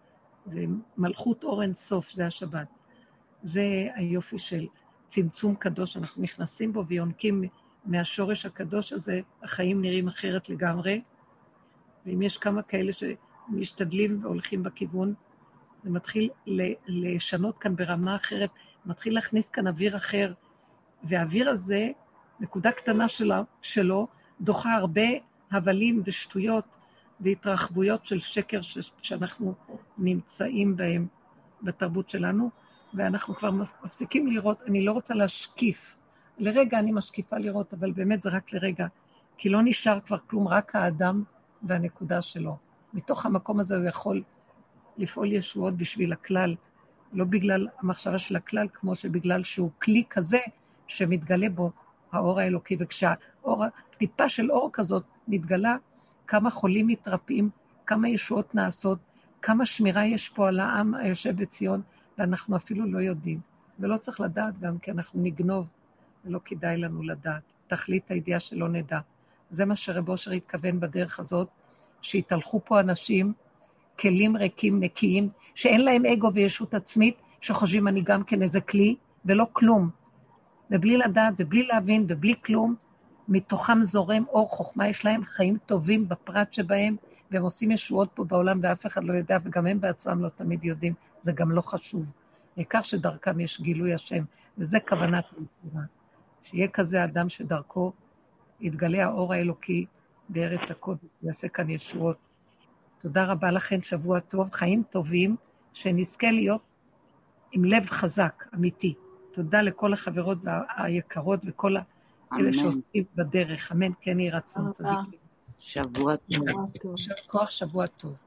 ומלכות אור אין סוף, זה השבת. זה היופי של צמצום קדוש, אנחנו נכנסים בו ויונקים מהשורש הקדוש הזה, החיים נראים אחרת לגמרי, ואם יש כמה כאלה שמשתדלים והולכים בכיוון, זה מתחיל לשנות כאן ברמה אחרת, מתחיל להכניס כאן אוויר אחר, והאוויר הזה, נקודה קטנה שלה, שלו, דוחה הרבה הבלים ושטויות והתרחבויות של שקר ש, שאנחנו נמצאים בהם בתרבות שלנו, ואנחנו כבר מפסיקים לראות, אני לא רוצה להשקיף, לרגע אני משקיפה לראות, אבל באמת זה רק לרגע, כי לא נשאר כבר כלום, רק האדם והנקודה שלו. מתוך המקום הזה הוא יכול לפעול ישועות בשביל הכלל, לא בגלל המחשבה של הכלל, כמו שבגלל שהוא כלי כזה שמתגלה בו האור האלוקי, וכשהאור, טיפה של אור כזאת מתגלה, כמה חולים מתרפאים, כמה ישועות נעשות, כמה שמירה יש פה על העם היושב בציון, ואנחנו אפילו לא יודעים. ולא צריך לדעת גם, כי אנחנו נגנוב, ולא כדאי לנו לדעת. תכלית הידיעה שלא נדע. זה מה שרב אושר התכוון בדרך הזאת, שהתהלכו פה אנשים, כלים ריקים, נקיים, שאין להם אגו וישות עצמית, שחושבים אני גם כן איזה כלי, ולא כלום. ובלי לדעת, ובלי להבין, ובלי כלום, מתוכם זורם אור חוכמה, יש להם חיים טובים בפרט שבהם, והם עושים ישועות פה בעולם, ואף אחד לא יודע, וגם הם בעצמם לא תמיד יודעים, זה גם לא חשוב. העיקר שדרכם יש גילוי השם, וזה כוונת היצירה. שיהיה כזה אדם שדרכו יתגלה האור האלוקי בארץ הקודש, ויעשה כאן ישועות. תודה רבה לכם, שבוע טוב, חיים טובים, שנזכה להיות עם לב חזק, אמיתי. תודה לכל החברות היקרות וכל אלה שעושים בדרך. אמן, כן יהי רצון. שבוע טוב. כוח, שבוע טוב.